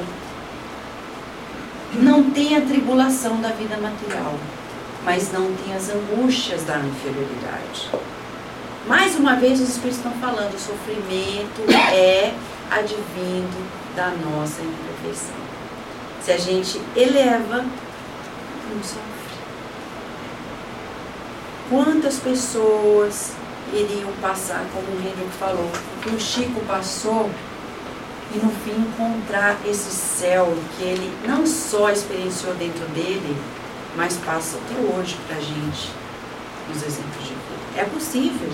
Não tem a tribulação da vida material, mas não tem as angústias da inferioridade. Mais uma vez os Espíritos estão falando, o sofrimento é advindo da nossa imperfeição. Se a gente eleva, não sofre. Quantas pessoas iriam passar, como o Hendrik falou, o Chico passou, e no fim encontrar esse céu que ele não só experienciou dentro dele, mas passa até hoje pra gente, nos exemplos de vida. É possível,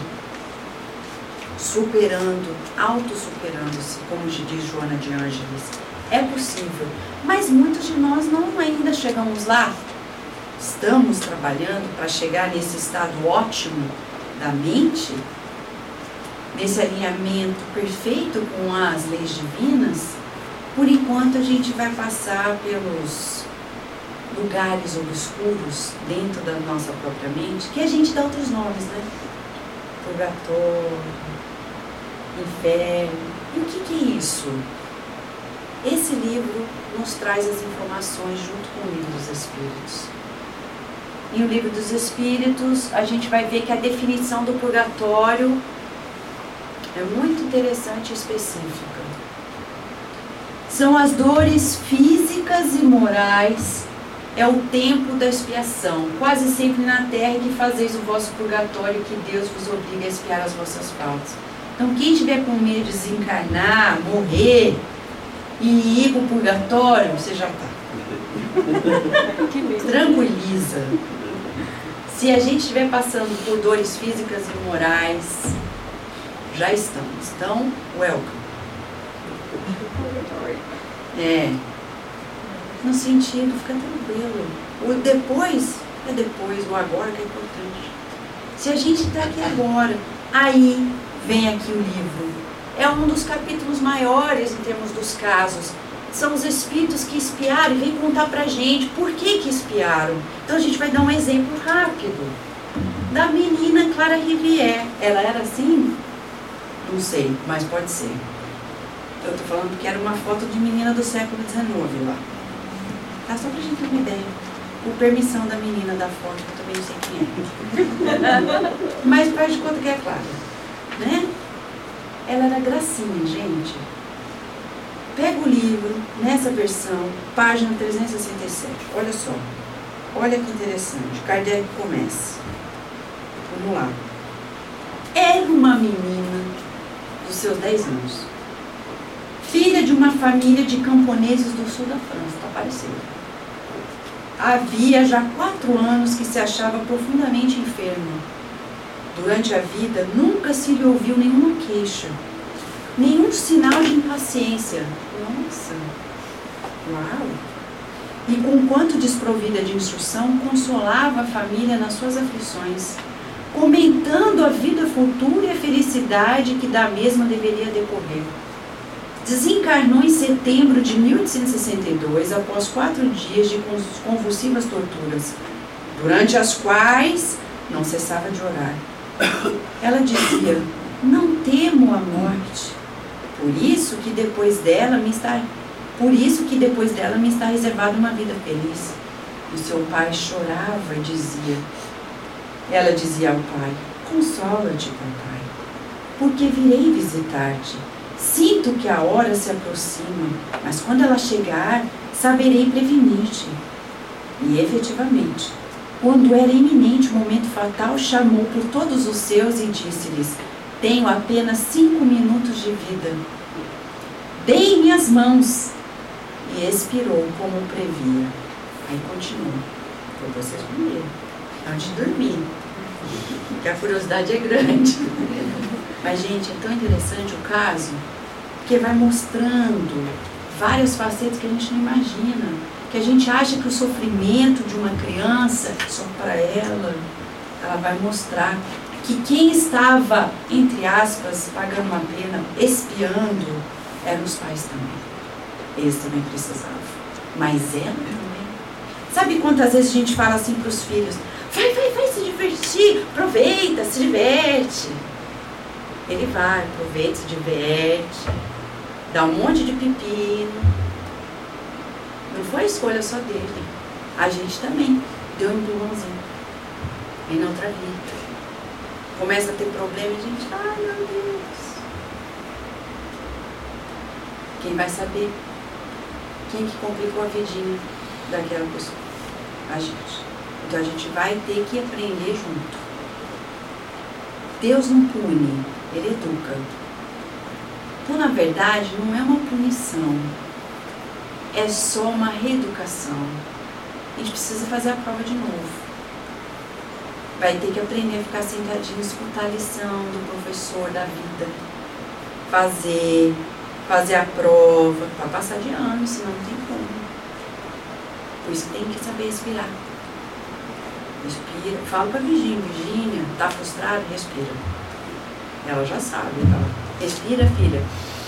superando, auto-superando-se, como diz Joana de Ângeles, é possível, mas muitos de nós não ainda chegamos lá. Estamos trabalhando para chegar nesse estado ótimo da mente, nesse alinhamento perfeito com as leis divinas. Por enquanto a gente vai passar pelos lugares obscuros dentro da nossa própria mente, que a gente dá outros nomes, né? Purgatório, inferno. E o que é isso? Esse livro nos traz as informações junto com o Livro dos Espíritos. Em O Livro dos Espíritos, a gente vai ver que a definição do purgatório é muito interessante e específica. São as dores físicas e morais, é o tempo da expiação, quase sempre na terra que fazeis o vosso purgatório, que Deus vos obriga a expiar as vossas faltas. Então quem tiver com medo de desencarnar, morrer e ir para o purgatório, você já está. Tranquiliza. Se a gente estiver passando por dores físicas e morais, já estamos. Então, welcome. No sentido, fica tranquilo. O depois é depois, o agora que é importante. Se a gente está aqui agora, aí vem aqui o livro. É um dos capítulos maiores em termos dos casos. São os espíritos que espiaram e vêm contar pra gente por que espiaram. Então a gente vai dar um exemplo rápido. Da menina Clara Rivière. Ela era assim? Não sei, mas pode ser. Eu tô falando que era uma foto de menina do século XIX lá. Tá, só pra gente ter uma ideia. Por permissão da menina da foto, que eu também não sei quem é. Mas faz de conta que é Clara, né? Ela era gracinha, gente. Pega o livro, nessa versão, página 367. Olha só. Olha que interessante. Kardec começa. Vamos lá. Era uma menina dos seus 10 anos. Filha de uma família de camponeses do sul da França. Está aparecendo. Havia já 4 anos que se achava profundamente enferma. Durante a vida, nunca se lhe ouviu nenhuma queixa, nenhum sinal de impaciência. Nossa! Uau! E conquanto desprovida de instrução, consolava a família nas suas aflições, comentando a vida futura e a felicidade que da mesma deveria decorrer. Desencarnou em setembro de 1862, após 4 dias de convulsivas torturas, durante as quais não cessava de orar. Ela dizia: não temo a morte, por isso que depois dela me está reservada uma vida feliz. E seu pai chorava e dizia, ela dizia ao pai: consola-te, papai, porque virei visitar-te. Sinto que a hora se aproxima, mas quando ela chegar, saberei prevenir-te. E efetivamente, quando era iminente o momento fatal, chamou por todos os seus e disse-lhes: tenho apenas 5 minutos de vida. Dei minhas mãos. E expirou como previa. Aí continuou. Para vocês primeiro, antes de dormir. Porque a curiosidade é grande. Mas, gente, é tão interessante o caso, que vai mostrando várias facetas que a gente não imagina. Que a gente acha que o sofrimento de uma criança, só para ela vai mostrar que quem estava, entre aspas, pagando uma pena, espiando, eram os pais também. Eles também precisavam. Mas ela também. Sabe quantas vezes a gente fala assim para os filhos? Vai se divertir, aproveita, se diverte. Ele vai, aproveita, se diverte, dá um monte de pepino. Não foi a escolha só dele. A gente também deu um empurrãozinho. E na outra vida. Começa a ter problema e a gente, ai meu Deus. Quem vai saber? Quem que complicou a vidinha daquela pessoa? A gente. Então a gente vai ter que aprender junto. Deus não pune, Ele educa. Então na verdade não é uma punição. É só uma reeducação. A gente precisa fazer a prova de novo. Vai ter que aprender a ficar sentadinho, escutar a lição do professor da vida. Fazer a prova, para passar de ano, senão não tem como. Por isso tem que saber respirar. Respira. Fala para a Virgínia, tá frustrada? Respira. Ela já sabe. Ela, respira, filha.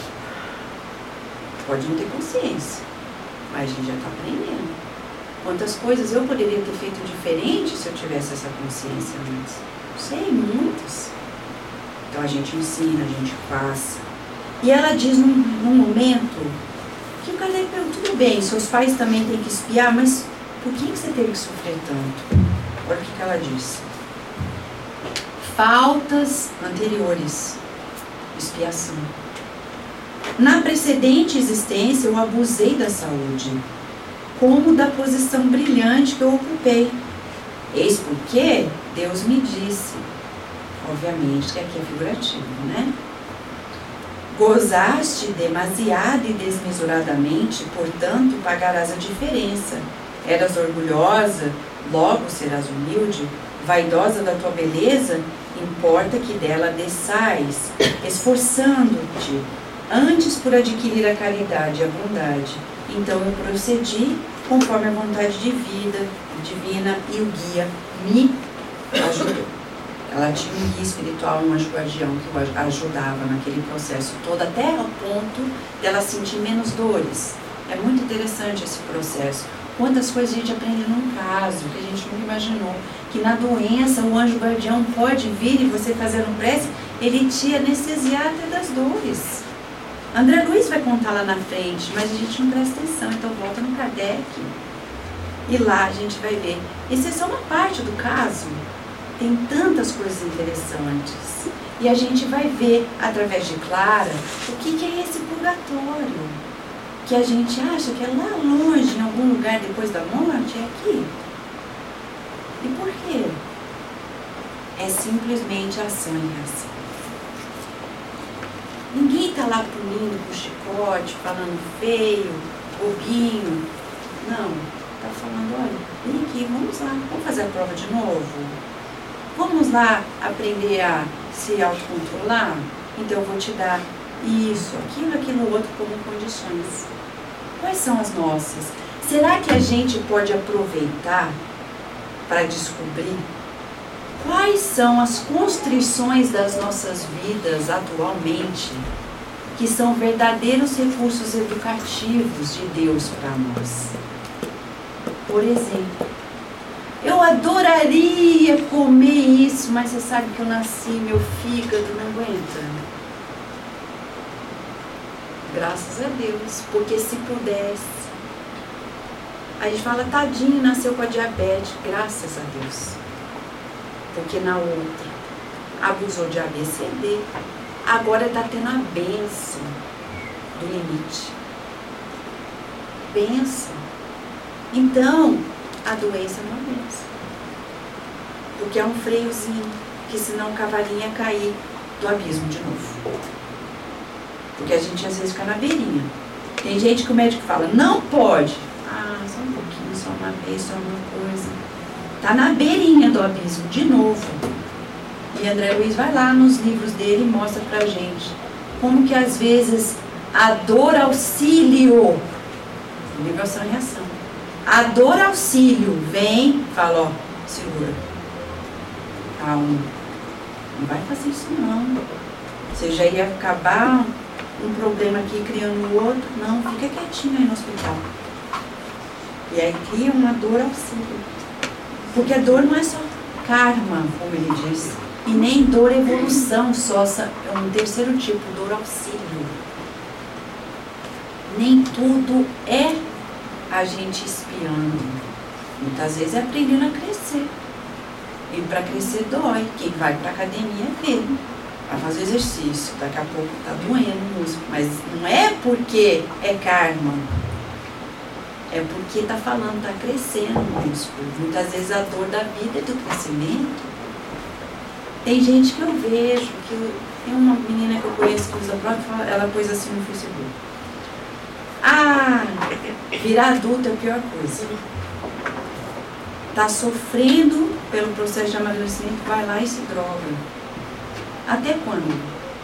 Pode não ter consciência, mas a gente já está aprendendo. Quantas coisas eu poderia ter feito diferente se eu tivesse essa consciência antes? Sei, muitas. Então a gente ensina, a gente passa. E ela diz num momento que o Kardec pergunta, tudo bem, seus pais também têm que espiar, mas por que você teve que sofrer tanto? Olha o que ela diz. Faltas anteriores, expiação. Na precedente existência eu abusei da saúde, como da posição brilhante que eu ocupei. Eis porque Deus me disse, obviamente que aqui é figurativo, né? Gozaste demasiado e desmesuradamente, portanto pagarás a diferença. Eras orgulhosa, logo serás humilde, vaidosa da tua beleza, importa que dela desçais, esforçando-te, antes por adquirir a caridade e a bondade. Então eu procedi conforme a vontade divina e o guia me ajudou. Ela tinha um guia espiritual, um anjo guardião que a ajudava naquele processo todo, até ao ponto dela sentir menos dores. É muito interessante esse processo. Quantas coisas a gente aprende num caso que a gente nunca imaginou. Que na doença o anjo guardião pode vir e você fazendo prece, ele te anestesiar até das dores. André Luiz vai contar lá na frente, mas a gente não presta atenção, então volta no Kardec. E lá a gente vai ver. Isso é só uma parte do caso. Tem tantas coisas interessantes. E a gente vai ver, através de Clara, o que é esse purgatório. Que a gente acha que é lá longe, em algum lugar depois da morte, é aqui. E por quê? É simplesmente ação e reação. Ninguém está lá punindo com chicote, falando feio, bobinho. Não. Está falando, olha, vem aqui, vamos lá, vamos fazer a prova de novo. Vamos lá aprender a se autocontrolar? Então eu vou te dar isso, aquilo outro como condições. Quais são as nossas? Será que a gente pode aproveitar para descobrir quais são as constrições das nossas vidas atualmente que são verdadeiros recursos educativos de Deus para nós? Por exemplo, eu adoraria comer isso, mas você sabe que eu nasci, meu fígado não aguenta. Graças a Deus, porque se pudesse. A gente fala, tadinho, nasceu com a diabetes, graças a Deus. Porque na outra, abusou de ABCD, agora está tendo a bênção do limite. Bênção. Então, a doença é uma bênção. Porque é um freiozinho, que senão o cavalinho ia cair do abismo de novo. Porque a gente às vezes fica na beirinha. Tem gente que o médico fala, não pode. Ah, só um pouquinho, só uma vez, só uma coisa. Tá na beirinha do abismo, de novo. E André Luiz vai lá nos livros dele e mostra pra gente como que às vezes A dor auxílio. O livro Ação e Reação. A dor auxílio vem, fala, ó, segura. Calma. Não vai fazer isso não. Você já ia acabar um problema aqui criando o outro. Não, fica quietinho aí no hospital. E aí cria uma dor auxílio. Porque a dor não é só karma, como ele diz. E nem dor evolução, só é um terceiro tipo, dor auxílio. Nem tudo é a gente espiando. Muitas vezes é aprendendo a crescer. E para crescer dói. Quem vai para academia vê. Vai fazer exercício. Daqui a pouco tá doendo o músculo. Mas não é porque é karma. É porque tá falando, tá crescendo o músculo. Muitas vezes a dor da vida é do crescimento. Tem gente que eu vejo, tem uma menina que eu conheço que usa próprio, ela pôs assim no Facebook. Ah, virar adulto é a pior coisa. Tá sofrendo pelo processo de amadurecimento, vai lá e se droga. Até quando?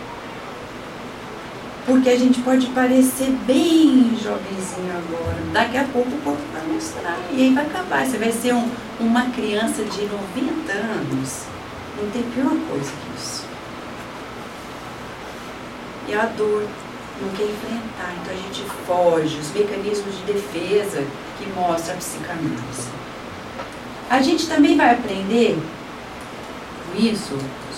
Porque a gente pode parecer bem jovenzinho agora. Daqui a pouco o corpo vai mostrar. E aí vai acabar. Você vai ser uma criança de 90 anos. Não tem pior coisa que isso. E a dor não quer enfrentar. Então a gente foge. Os mecanismos de defesa que mostra a psicanálise. A gente também vai aprender com isso,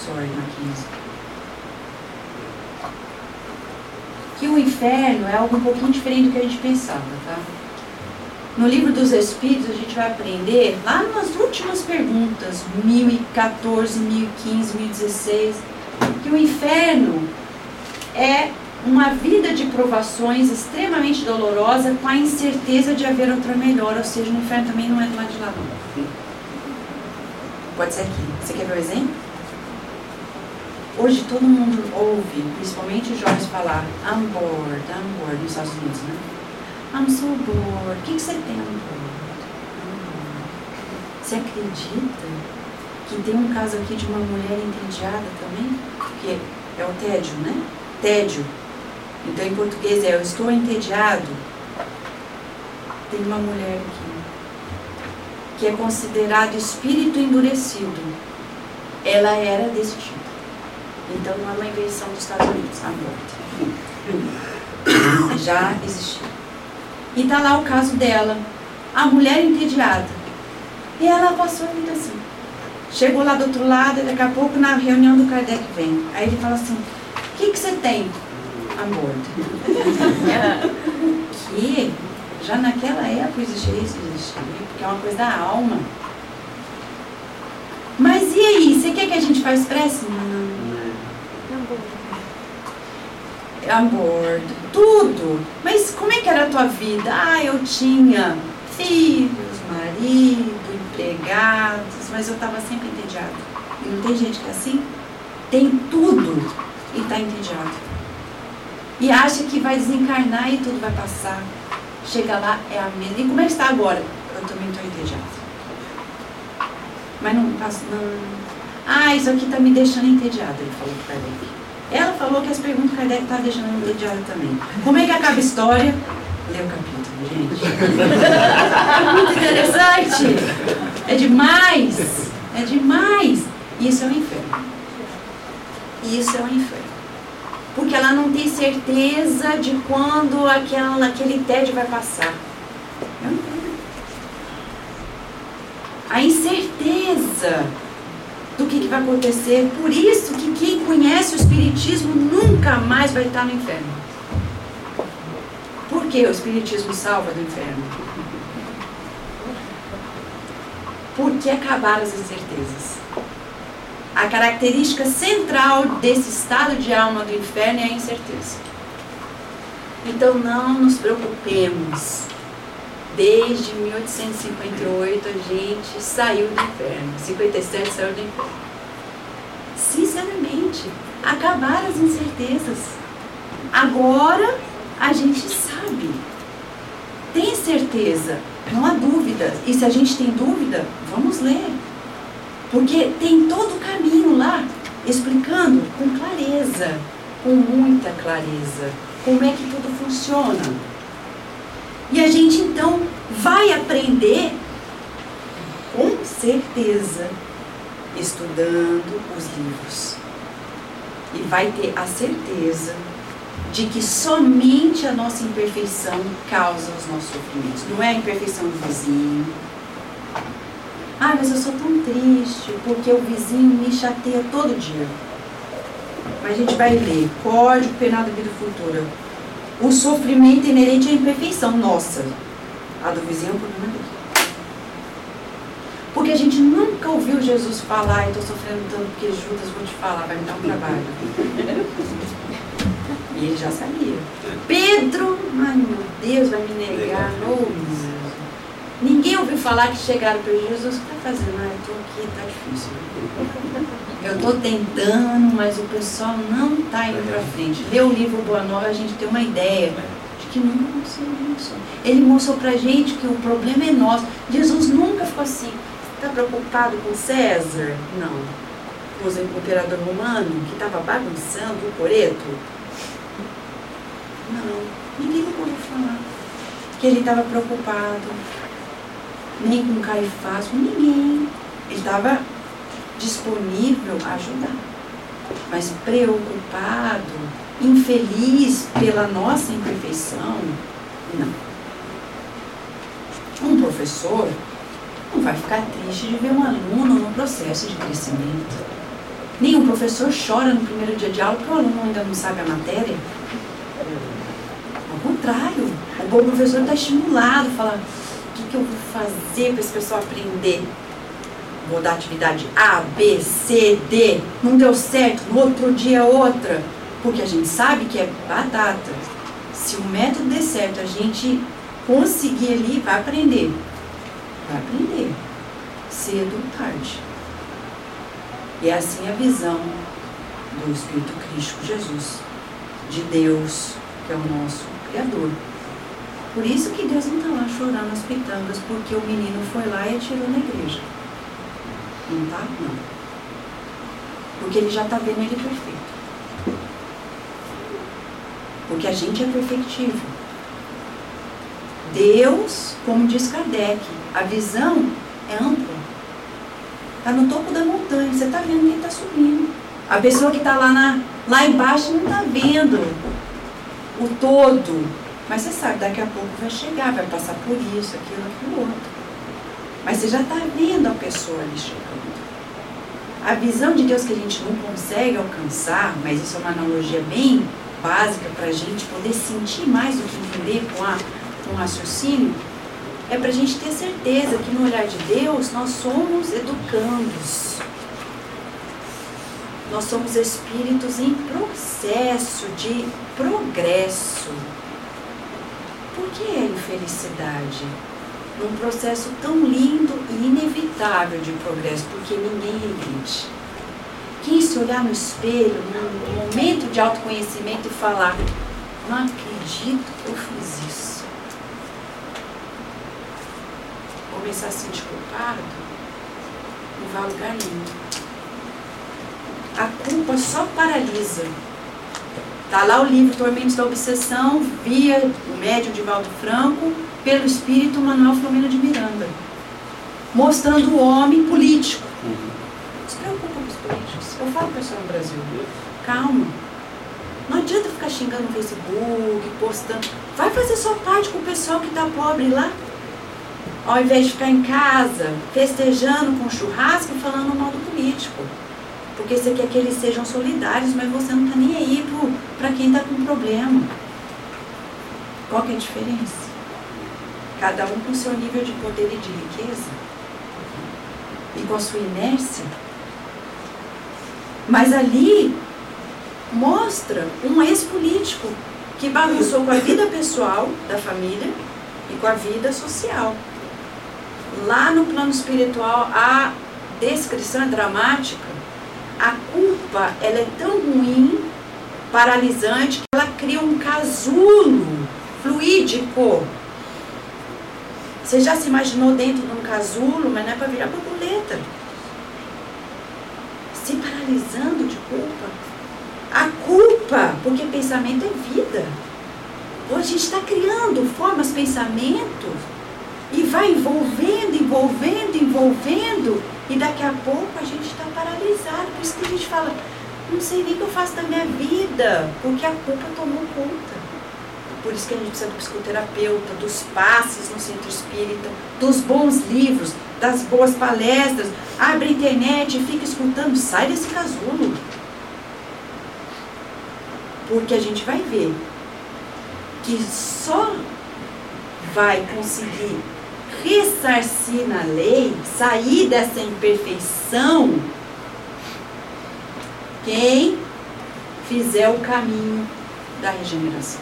que o inferno é algo um pouquinho diferente do que a gente pensava, tá? No livro dos Espíritos a gente vai aprender, lá nas últimas perguntas, 1014, 1015, 1016, que o inferno é uma vida de provações extremamente dolorosa com a incerteza de haver outra melhor, ou seja, o inferno também não é do lado de lá não. Pode ser aqui. Você quer ver o exemplo? Hoje todo mundo ouve, principalmente os jovens, falar I'm bored, nos Estados Unidos, né? I'm so bored. O que você tem I'm bored? Você acredita que tem um caso aqui de uma mulher entediada também? Que é o tédio, né? Tédio. Então em português é eu estou entediado. Tem uma mulher aqui que é considerado espírito endurecido. Ela era desse tipo. Então não é uma invenção dos Estados Unidos, a morte. Já existiu. E tá lá o caso dela, a mulher entediada. E ela passou a vida assim. Chegou lá do outro lado e daqui a pouco na reunião do Kardec vem. Aí ele fala assim, o que você tem? Amor. Que já naquela época existia isso, porque é uma coisa da alma. Mas e aí, você quer que a gente faça prece? Não. Amor, tudo. Mas como é que era a tua vida? Ah, eu tinha filhos, marido, empregados, mas eu estava sempre entediada. E não tem gente que é assim? Tem tudo e está entediado. E acha que vai desencarnar e tudo vai passar. Chega lá, é a mesma. E como é que está agora? Eu também estou entediada. Mas não passa, não. Ah, isso aqui está me deixando entediada, ele falou para Kardec. Ela falou que as perguntas que Kardec está deixando ela entediada também. Como é que acaba a história? Lê o capítulo, gente. É muito interessante. É demais. É demais. Isso é o inferno. Isso é o inferno. Porque ela não tem certeza de quando aquele tédio vai passar. É o inferno. A incerteza do que vai acontecer. Por isso que quem conhece o Espiritismo nunca mais vai estar no inferno. Por que o Espiritismo salva do inferno? Porque acabaram as incertezas. A característica central desse estado de alma do inferno é a incerteza. Então não nos preocupemos. Desde 1858 a gente saiu do inferno. 57 saiu do inferno. Sinceramente, acabaram as incertezas. Agora a gente sabe. Tem certeza, não há dúvida. E se a gente tem dúvida, vamos ler. Porque tem todo o caminho lá, explicando com clareza, com muita clareza. como é que tudo funciona. E a gente então vai aprender, com certeza, estudando os livros. E vai ter a certeza de que somente a nossa imperfeição causa os nossos sofrimentos. Não é a imperfeição do vizinho. Ah, mas eu sou tão triste porque o vizinho me chateia todo dia. Mas a gente vai ler Código Penal da Vida Futura. O sofrimento inerente à imperfeição nossa. A do vizinho é um problema dele. Porque a gente nunca ouviu Jesus falar, eu estou sofrendo tanto porque Judas, vou te falar, vai me dar um trabalho. E ele já sabia. Pedro, ai meu Deus, vai me negar. Oh, ninguém ouviu falar que chegaram para Jesus, o que está fazendo? Ah, eu estou aqui, está difícil. Eu estou tentando, mas o pessoal não está indo para frente. Lê o livro Boa Nova, a gente tem uma ideia de que não aconteceu isso. Ele mostrou para a gente que o problema é nosso. Jesus nunca ficou assim. Está preocupado com César? Não. Com o imperador romano, que estava bagunçando o coreto? Não. Ninguém nunca ouviu falar que ele estava preocupado. Nem com Caifás, com ninguém. Ele estava disponível a ajudar. Mas preocupado, infeliz pela nossa imperfeição, não. Um professor não vai ficar triste de ver um aluno no processo de crescimento. Nenhum professor chora no primeiro dia de aula porque o aluno ainda não sabe a matéria. Ao contrário, o bom professor está estimulado, fala, o que eu vou fazer para esse pessoal aprender? Vou dar atividade A, B, C, D. Não deu certo, no outro dia outra. Porque a gente sabe que é batata. Se o método der certo, a gente conseguir ali, vai aprender. Vai aprender. Cedo ou tarde. E é assim a visão do Espírito Crístico Jesus. De Deus, que é o nosso Criador. Por isso que Deus não está lá chorando as pitangas, porque o menino foi lá e atirou na igreja. Não tá? Não. Porque ele já está vendo ele perfeito. Porque a gente é perfectível. Deus, como diz Kardec, a visão é ampla. Está no topo da montanha, você está vendo quem está subindo. A pessoa que está lá embaixo não está vendo o todo. Mas você sabe, daqui a pouco vai chegar, vai passar por isso, aquilo outro. Mas você já está vendo a pessoa ali chegando. A visão de Deus que a gente não consegue alcançar, mas isso é uma analogia bem básica para a gente poder sentir mais do que entender com o raciocínio, é para a gente ter certeza que no olhar de Deus nós somos educandos. Nós somos espíritos em processo de progresso. Por que a infelicidade? Num processo tão lindo e inevitável de progresso, porque ninguém regride. Quem se olhar no espelho, num momento de autoconhecimento e falar, não acredito que eu fiz isso. Começar a se sentir culpado, não vai a lugar nenhum. A culpa só paralisa. Está lá o livro Tormentos da Obsessão, via o médium Divaldo Franco, pelo espírito Manuel Filomeno de Miranda, mostrando o homem político. Não se preocupa com os políticos. Eu falo para o pessoal no Brasil, calma. Não adianta ficar xingando no Facebook, postando. Vai fazer sua parte com o pessoal que está pobre lá. Ao invés de ficar em casa, festejando com churrasco e falando mal do político. Porque você quer que eles sejam solidários, mas você não está nem aí para quem está com problema. Qual que é a diferença? Cada um com o seu nível de poder e de riqueza. E com a sua inércia. Mas ali mostra um ex-político que bagunçou com a vida pessoal da família e com a vida social. Lá no plano espiritual, a descrição é dramática. A culpa, ela é tão ruim, paralisante, que ela cria um casulo fluídico. Você já se imaginou dentro de um casulo, mas não é para virar borboleta. Se paralisando de culpa. A culpa, porque pensamento é vida. Ou a gente está criando formas, pensamentos, e vai envolvendo, e daqui a pouco a gente está paralisado. Por isso que a gente fala, não sei nem o que eu faço da minha vida, porque a culpa tomou conta. Por isso que a gente precisa do psicoterapeuta, dos passes no centro espírita, dos bons livros, das boas palestras. Abre a internet e fica escutando, sai desse casulo. Porque a gente vai ver que só vai conseguir ressarcir na lei, sair dessa imperfeição, quem fizer o caminho da regeneração.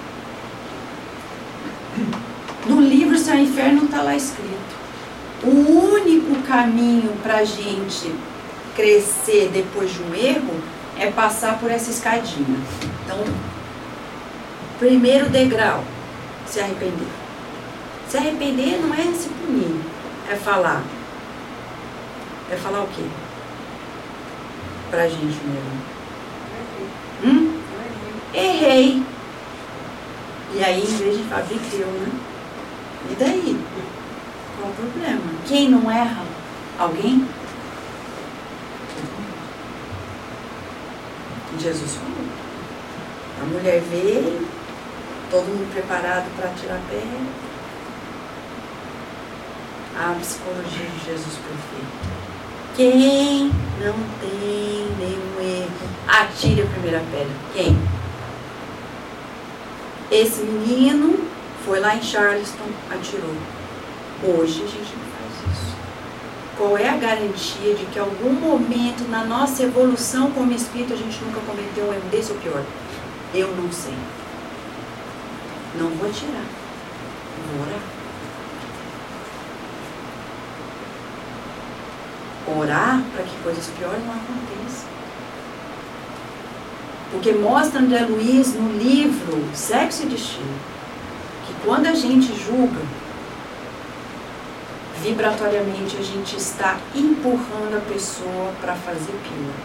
No livro Céu e Inferno está lá escrito: o único caminho para a gente crescer depois de um erro é passar por essa escadinha. Então, primeiro degrau, se arrepender. Se arrepender não é se punir, é falar. É falar o quê? Pra gente mesmo. Errei. E aí, em vez de falar, deu, né? E daí? Qual o problema? Quem não erra? Alguém? Jesus falou. A mulher veio, todo mundo preparado para tirar a pedra. A psicologia de Jesus perfeita. Quem não tem nenhum erro, atire a primeira pedra. Quem? Esse menino foi lá em Charleston, atirou. Hoje a gente não faz isso. Qual é a garantia de que em algum momento na nossa evolução como espírito a gente nunca cometeu um erro desse ou pior? Eu não sei. Não vou atirar. Vou orar. Orar para que coisas piores não aconteçam. Porque mostra André Luiz no livro Sexo e Destino que quando a gente julga, vibratoriamente a gente está empurrando a pessoa para fazer pior.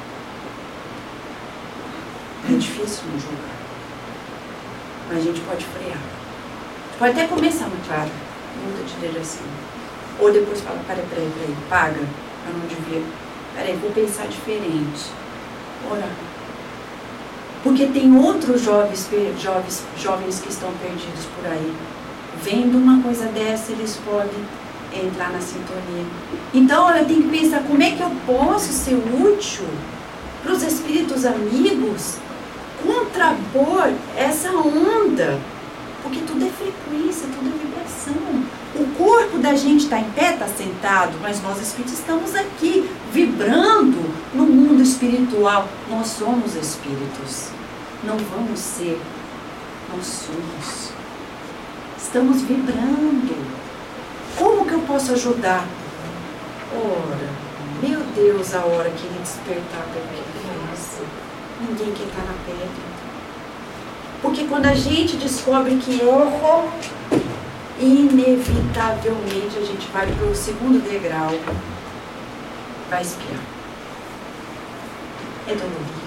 É difícil não julgar, mas a gente pode frear. Pode até começar muito claro, muda de direção. Ou depois fala, peraí, paga. Eu não devia. Peraí, vou pensar diferente. Orar. Porque tem outros jovens que estão perdidos por aí. Vendo uma coisa dessa, eles podem entrar na sintonia. Então, eu tenho que pensar como é que eu posso ser útil para os espíritos amigos contrapor essa onda. Porque tudo é frequência, tudo é vibração. O corpo da gente está em pé, está sentado, mas nós espíritos estamos aqui, vibrando no mundo espiritual. Nós somos espíritos. Não vamos ser, nós somos. Estamos vibrando. Como que eu posso ajudar? Ora, meu Deus, a hora que ele despertar pela criança, ninguém quer estar na pedra. Porque quando a gente descobre que erra, inevitavelmente a gente vai para o segundo degrau, vai espiar. É dolorido.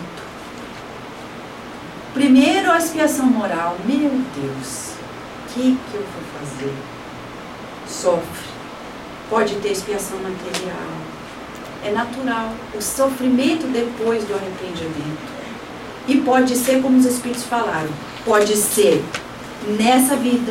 Primeiro a expiação moral. Meu Deus, o que eu vou fazer? Sofre. Pode ter expiação material. É natural. O sofrimento depois do arrependimento. E pode ser, como os espíritos falaram, pode ser nessa vida,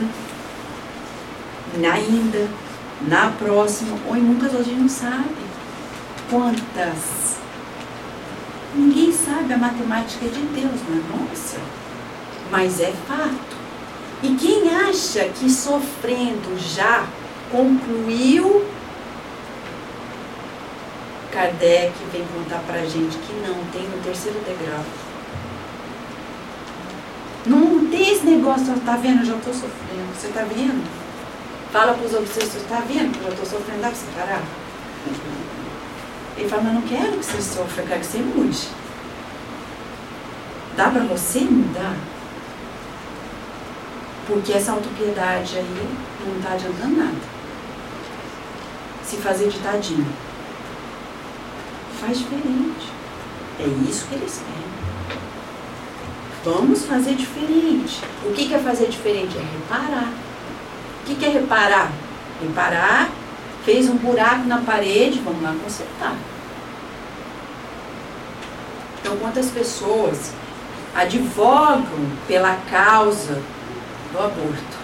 ainda, na próxima, ou em muitas outras, a gente não sabe quantas. Ninguém sabe a matemática de Deus, não é nossa? Mas é fato. E quem acha que sofrendo já concluiu, Kardec vem contar pra gente que não, tem no terceiro degrau. Não tem esse negócio, tá vendo? Eu já estou sofrendo. Você tá vendo? Fala para os obsessores, tá vendo que eu já estou sofrendo? Dá para você parar? Ele fala, mas não quero que você sofra, eu quero que você mude. Dá para você mudar? Porque essa autopiedade aí não está adiantando nada. Se fazer de tadinho. Faz diferente. É isso que eles querem. Vamos fazer diferente. O que é fazer diferente? É reparar. O que é reparar? Reparar, fez um buraco na parede, vamos lá consertar. Então, quantas pessoas advogam pela causa do aborto,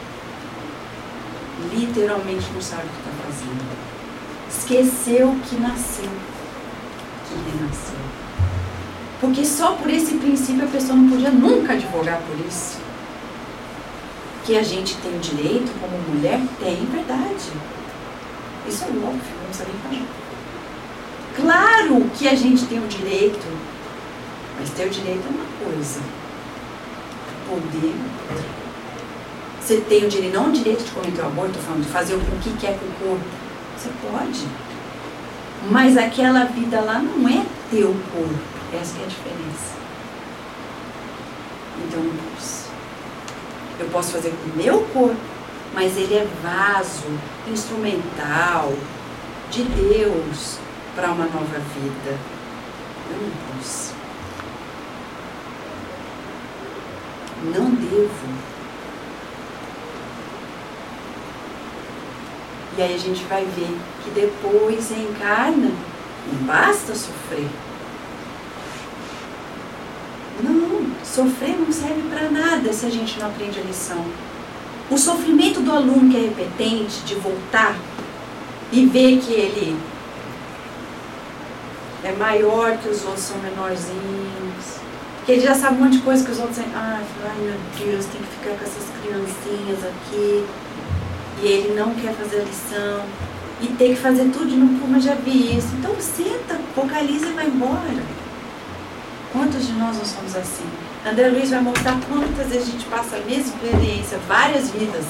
literalmente não sabe o que está fazendo. Esqueceu que nasceu, que renasceu. Porque só por esse princípio a pessoa não podia nunca advogar por isso. Que a gente tem o direito, como mulher, tem, verdade. Isso é óbvio, não precisa nem falar. Claro que a gente tem o direito, mas ter o direito é uma coisa. Poder é outra. Você tem o direito, não o direito de cometer o aborto, estou falando de fazer o que quer com o corpo. Você pode. Mas aquela vida lá não é teu corpo. Essa que é a diferença. Então não posso. Eu posso fazer com o meu corpo, mas ele é vaso, instrumental de Deus para uma nova vida. Eu não posso. Não devo. E aí a gente vai ver que depois encarna, não basta sofrer. Não, sofrer não serve para nada se a gente não aprende a lição. O sofrimento do aluno que é repetente, de voltar e ver que ele é maior, que os outros são menorzinhos, que ele já sabe um monte de coisa que os outros... Ai meu Deus, tem que ficar com essas criancinhas aqui. E ele não quer fazer a lição. E tem que fazer tudo de novo, mas já vi isso. Então senta, focaliza e vai embora. Quantos de nós não somos assim? André Luiz vai mostrar quantas vezes a gente passa a mesma experiência, várias vidas.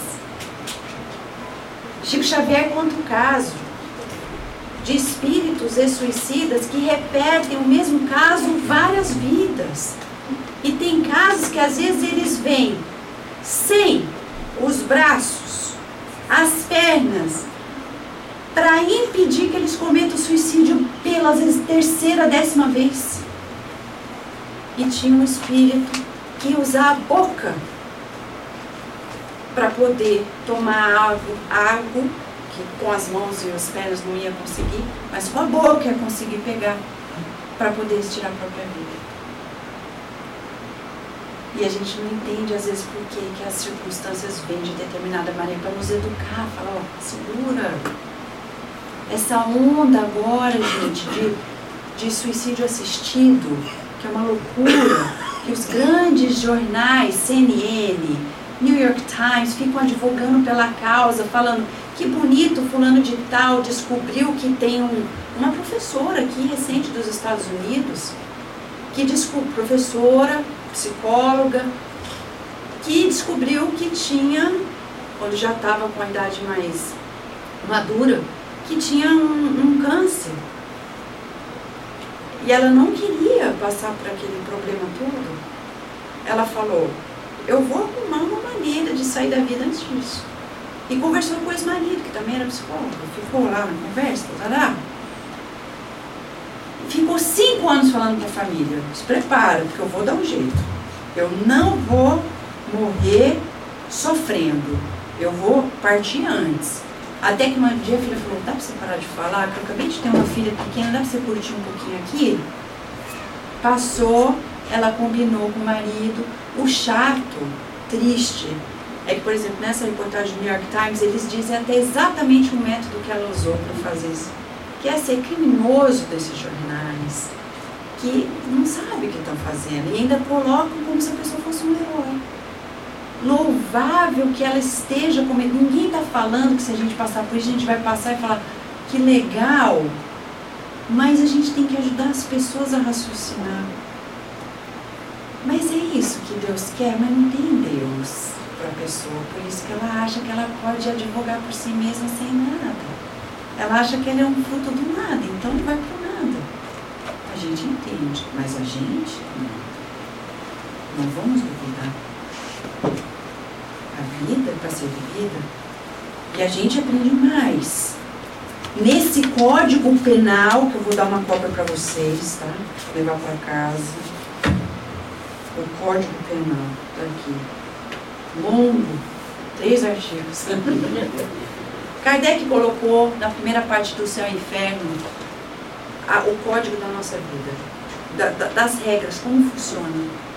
Chico Xavier conta um caso de espíritos e suicidas que repetem o mesmo caso várias vidas. E tem casos que às vezes eles vêm sem os braços, as pernas, para impedir que eles cometam suicídio pela terceira, 10ª vez. E tinha um espírito que usava a boca para poder tomar água, que com as mãos e as pernas não ia conseguir, mas com a boca ia conseguir pegar para poder estirar a própria vida. E a gente não entende às vezes por que as circunstâncias vêm de determinada maneira para nos educar, falar, ó, segura. Essa onda agora, gente, de suicídio assistido, que é uma loucura, que os grandes jornais, CNN, New York Times, ficam advogando pela causa, falando que bonito, fulano de tal descobriu que tem uma professora aqui recente dos Estados Unidos, que professora, psicóloga, que descobriu que tinha, quando já estava com a idade mais madura, que tinha um câncer. E ela não queria passar por aquele problema todo. Ela falou, eu vou arrumar uma maneira de sair da vida antes disso. E conversou com o ex-marido, que também era psicólogo, ficou lá na conversa, ficou 5 anos falando para a família, se prepara, porque eu vou dar um jeito. Eu não vou morrer sofrendo, eu vou partir antes. Até que um dia a filha falou, dá pra você parar de falar? Que eu acabei de ter uma filha pequena, dá pra você curtir um pouquinho aqui? Passou, ela combinou com o marido. O chato, triste, é que, por exemplo, nessa reportagem do New York Times, eles dizem até exatamente o método que ela usou para fazer isso. Que é ser criminoso desses jornais, que não sabe o que estão fazendo, e ainda colocam como se a pessoa fosse um herói. Louvável que ela esteja comendo. Ninguém está falando que se a gente passar por isso, a gente vai passar e falar que legal, mas a gente tem que ajudar as pessoas a raciocinar. Mas é isso que Deus quer, mas não tem Deus para a pessoa, por isso que ela acha que ela pode advogar por si mesma sem nada. Ela acha que ele é um fruto do nada, então não vai por nada. A gente entende, mas a gente não vamos duvidar. A vida é para ser vivida e a gente aprende mais. Nesse código penal, que eu vou dar uma cópia para vocês, tá? Vou levar para casa. o Código Penal, está aqui, longo, 3 artigos. Kardec colocou na primeira parte do Céu e Inferno o código da nossa vida, das regras, como funciona.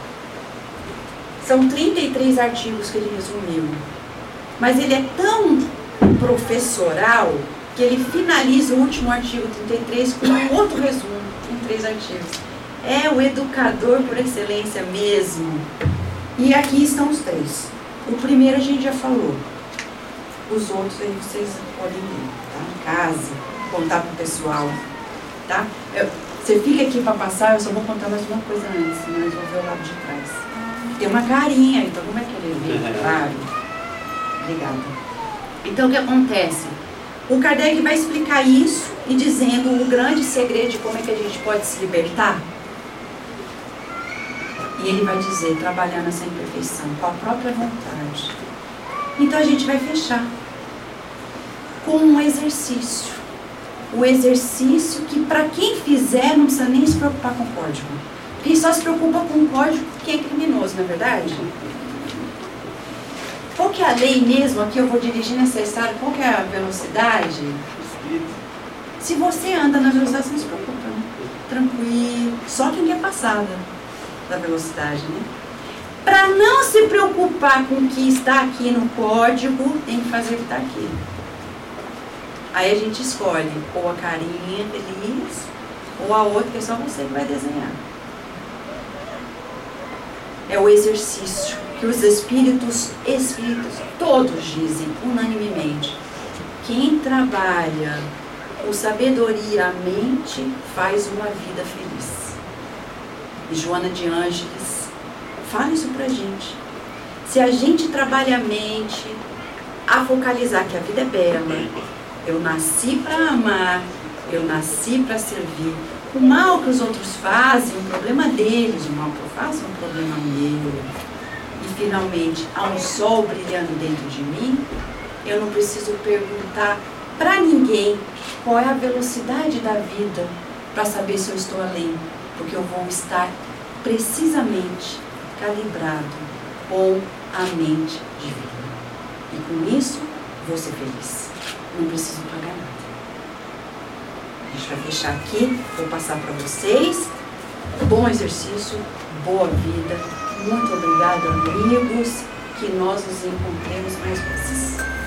São 33 artigos que ele resumiu, mas ele é tão professoral que ele finaliza o último artigo 33 com um outro resumo em 3 artigos. É o educador por excelência mesmo. E aqui estão os 3. O primeiro a gente já falou. Os outros aí vocês podem ler, tá? Em casa, contar pro pessoal, tá? Você fica aqui para passar, eu só vou contar mais uma coisa antes, mas vou ver o lado de trás. Tem uma carinha, então como é que ele vê? Claro. Obrigada. Então o que acontece? O Kardec vai explicar isso e dizendo o grande segredo de como é que a gente pode se libertar. E ele vai dizer, trabalhar nessa imperfeição, com a própria vontade. Então a gente vai fechar com um exercício. O exercício que para quem fizer não precisa nem se preocupar com o código. Quem só se preocupa com o código que é criminoso, não é verdade? Qual que é a lei mesmo? Aqui eu vou dirigir nessa estrada, qual que é a velocidade? Se você anda na velocidade, você não se preocupa, né? Tranquilo, só quem quer passar da velocidade, né? Para não se preocupar com o que está aqui no código, tem que fazer o que está aqui. Aí a gente escolhe ou a carinha feliz, ou a outra que é só você que vai desenhar. É o exercício que os espíritos todos dizem, unanimemente. Quem trabalha com sabedoria a mente faz uma vida feliz. E Joana de Ângeles fala isso pra gente. Se a gente trabalha a mente a focalizar que a vida é bela, eu nasci para amar, eu nasci para servir. O mal que os outros fazem, um problema deles, o mal que eu faço é um problema meu. E finalmente, há um sol brilhando dentro de mim, eu não preciso perguntar para ninguém qual é a velocidade da vida para saber se eu estou além, porque eu vou estar precisamente calibrado com a mente divina. E com isso, vou ser feliz. Não preciso pagar nada. A gente vai fechar aqui, vou passar para vocês. Bom exercício, boa vida. Muito obrigada, amigos. Que nós nos encontremos mais vezes.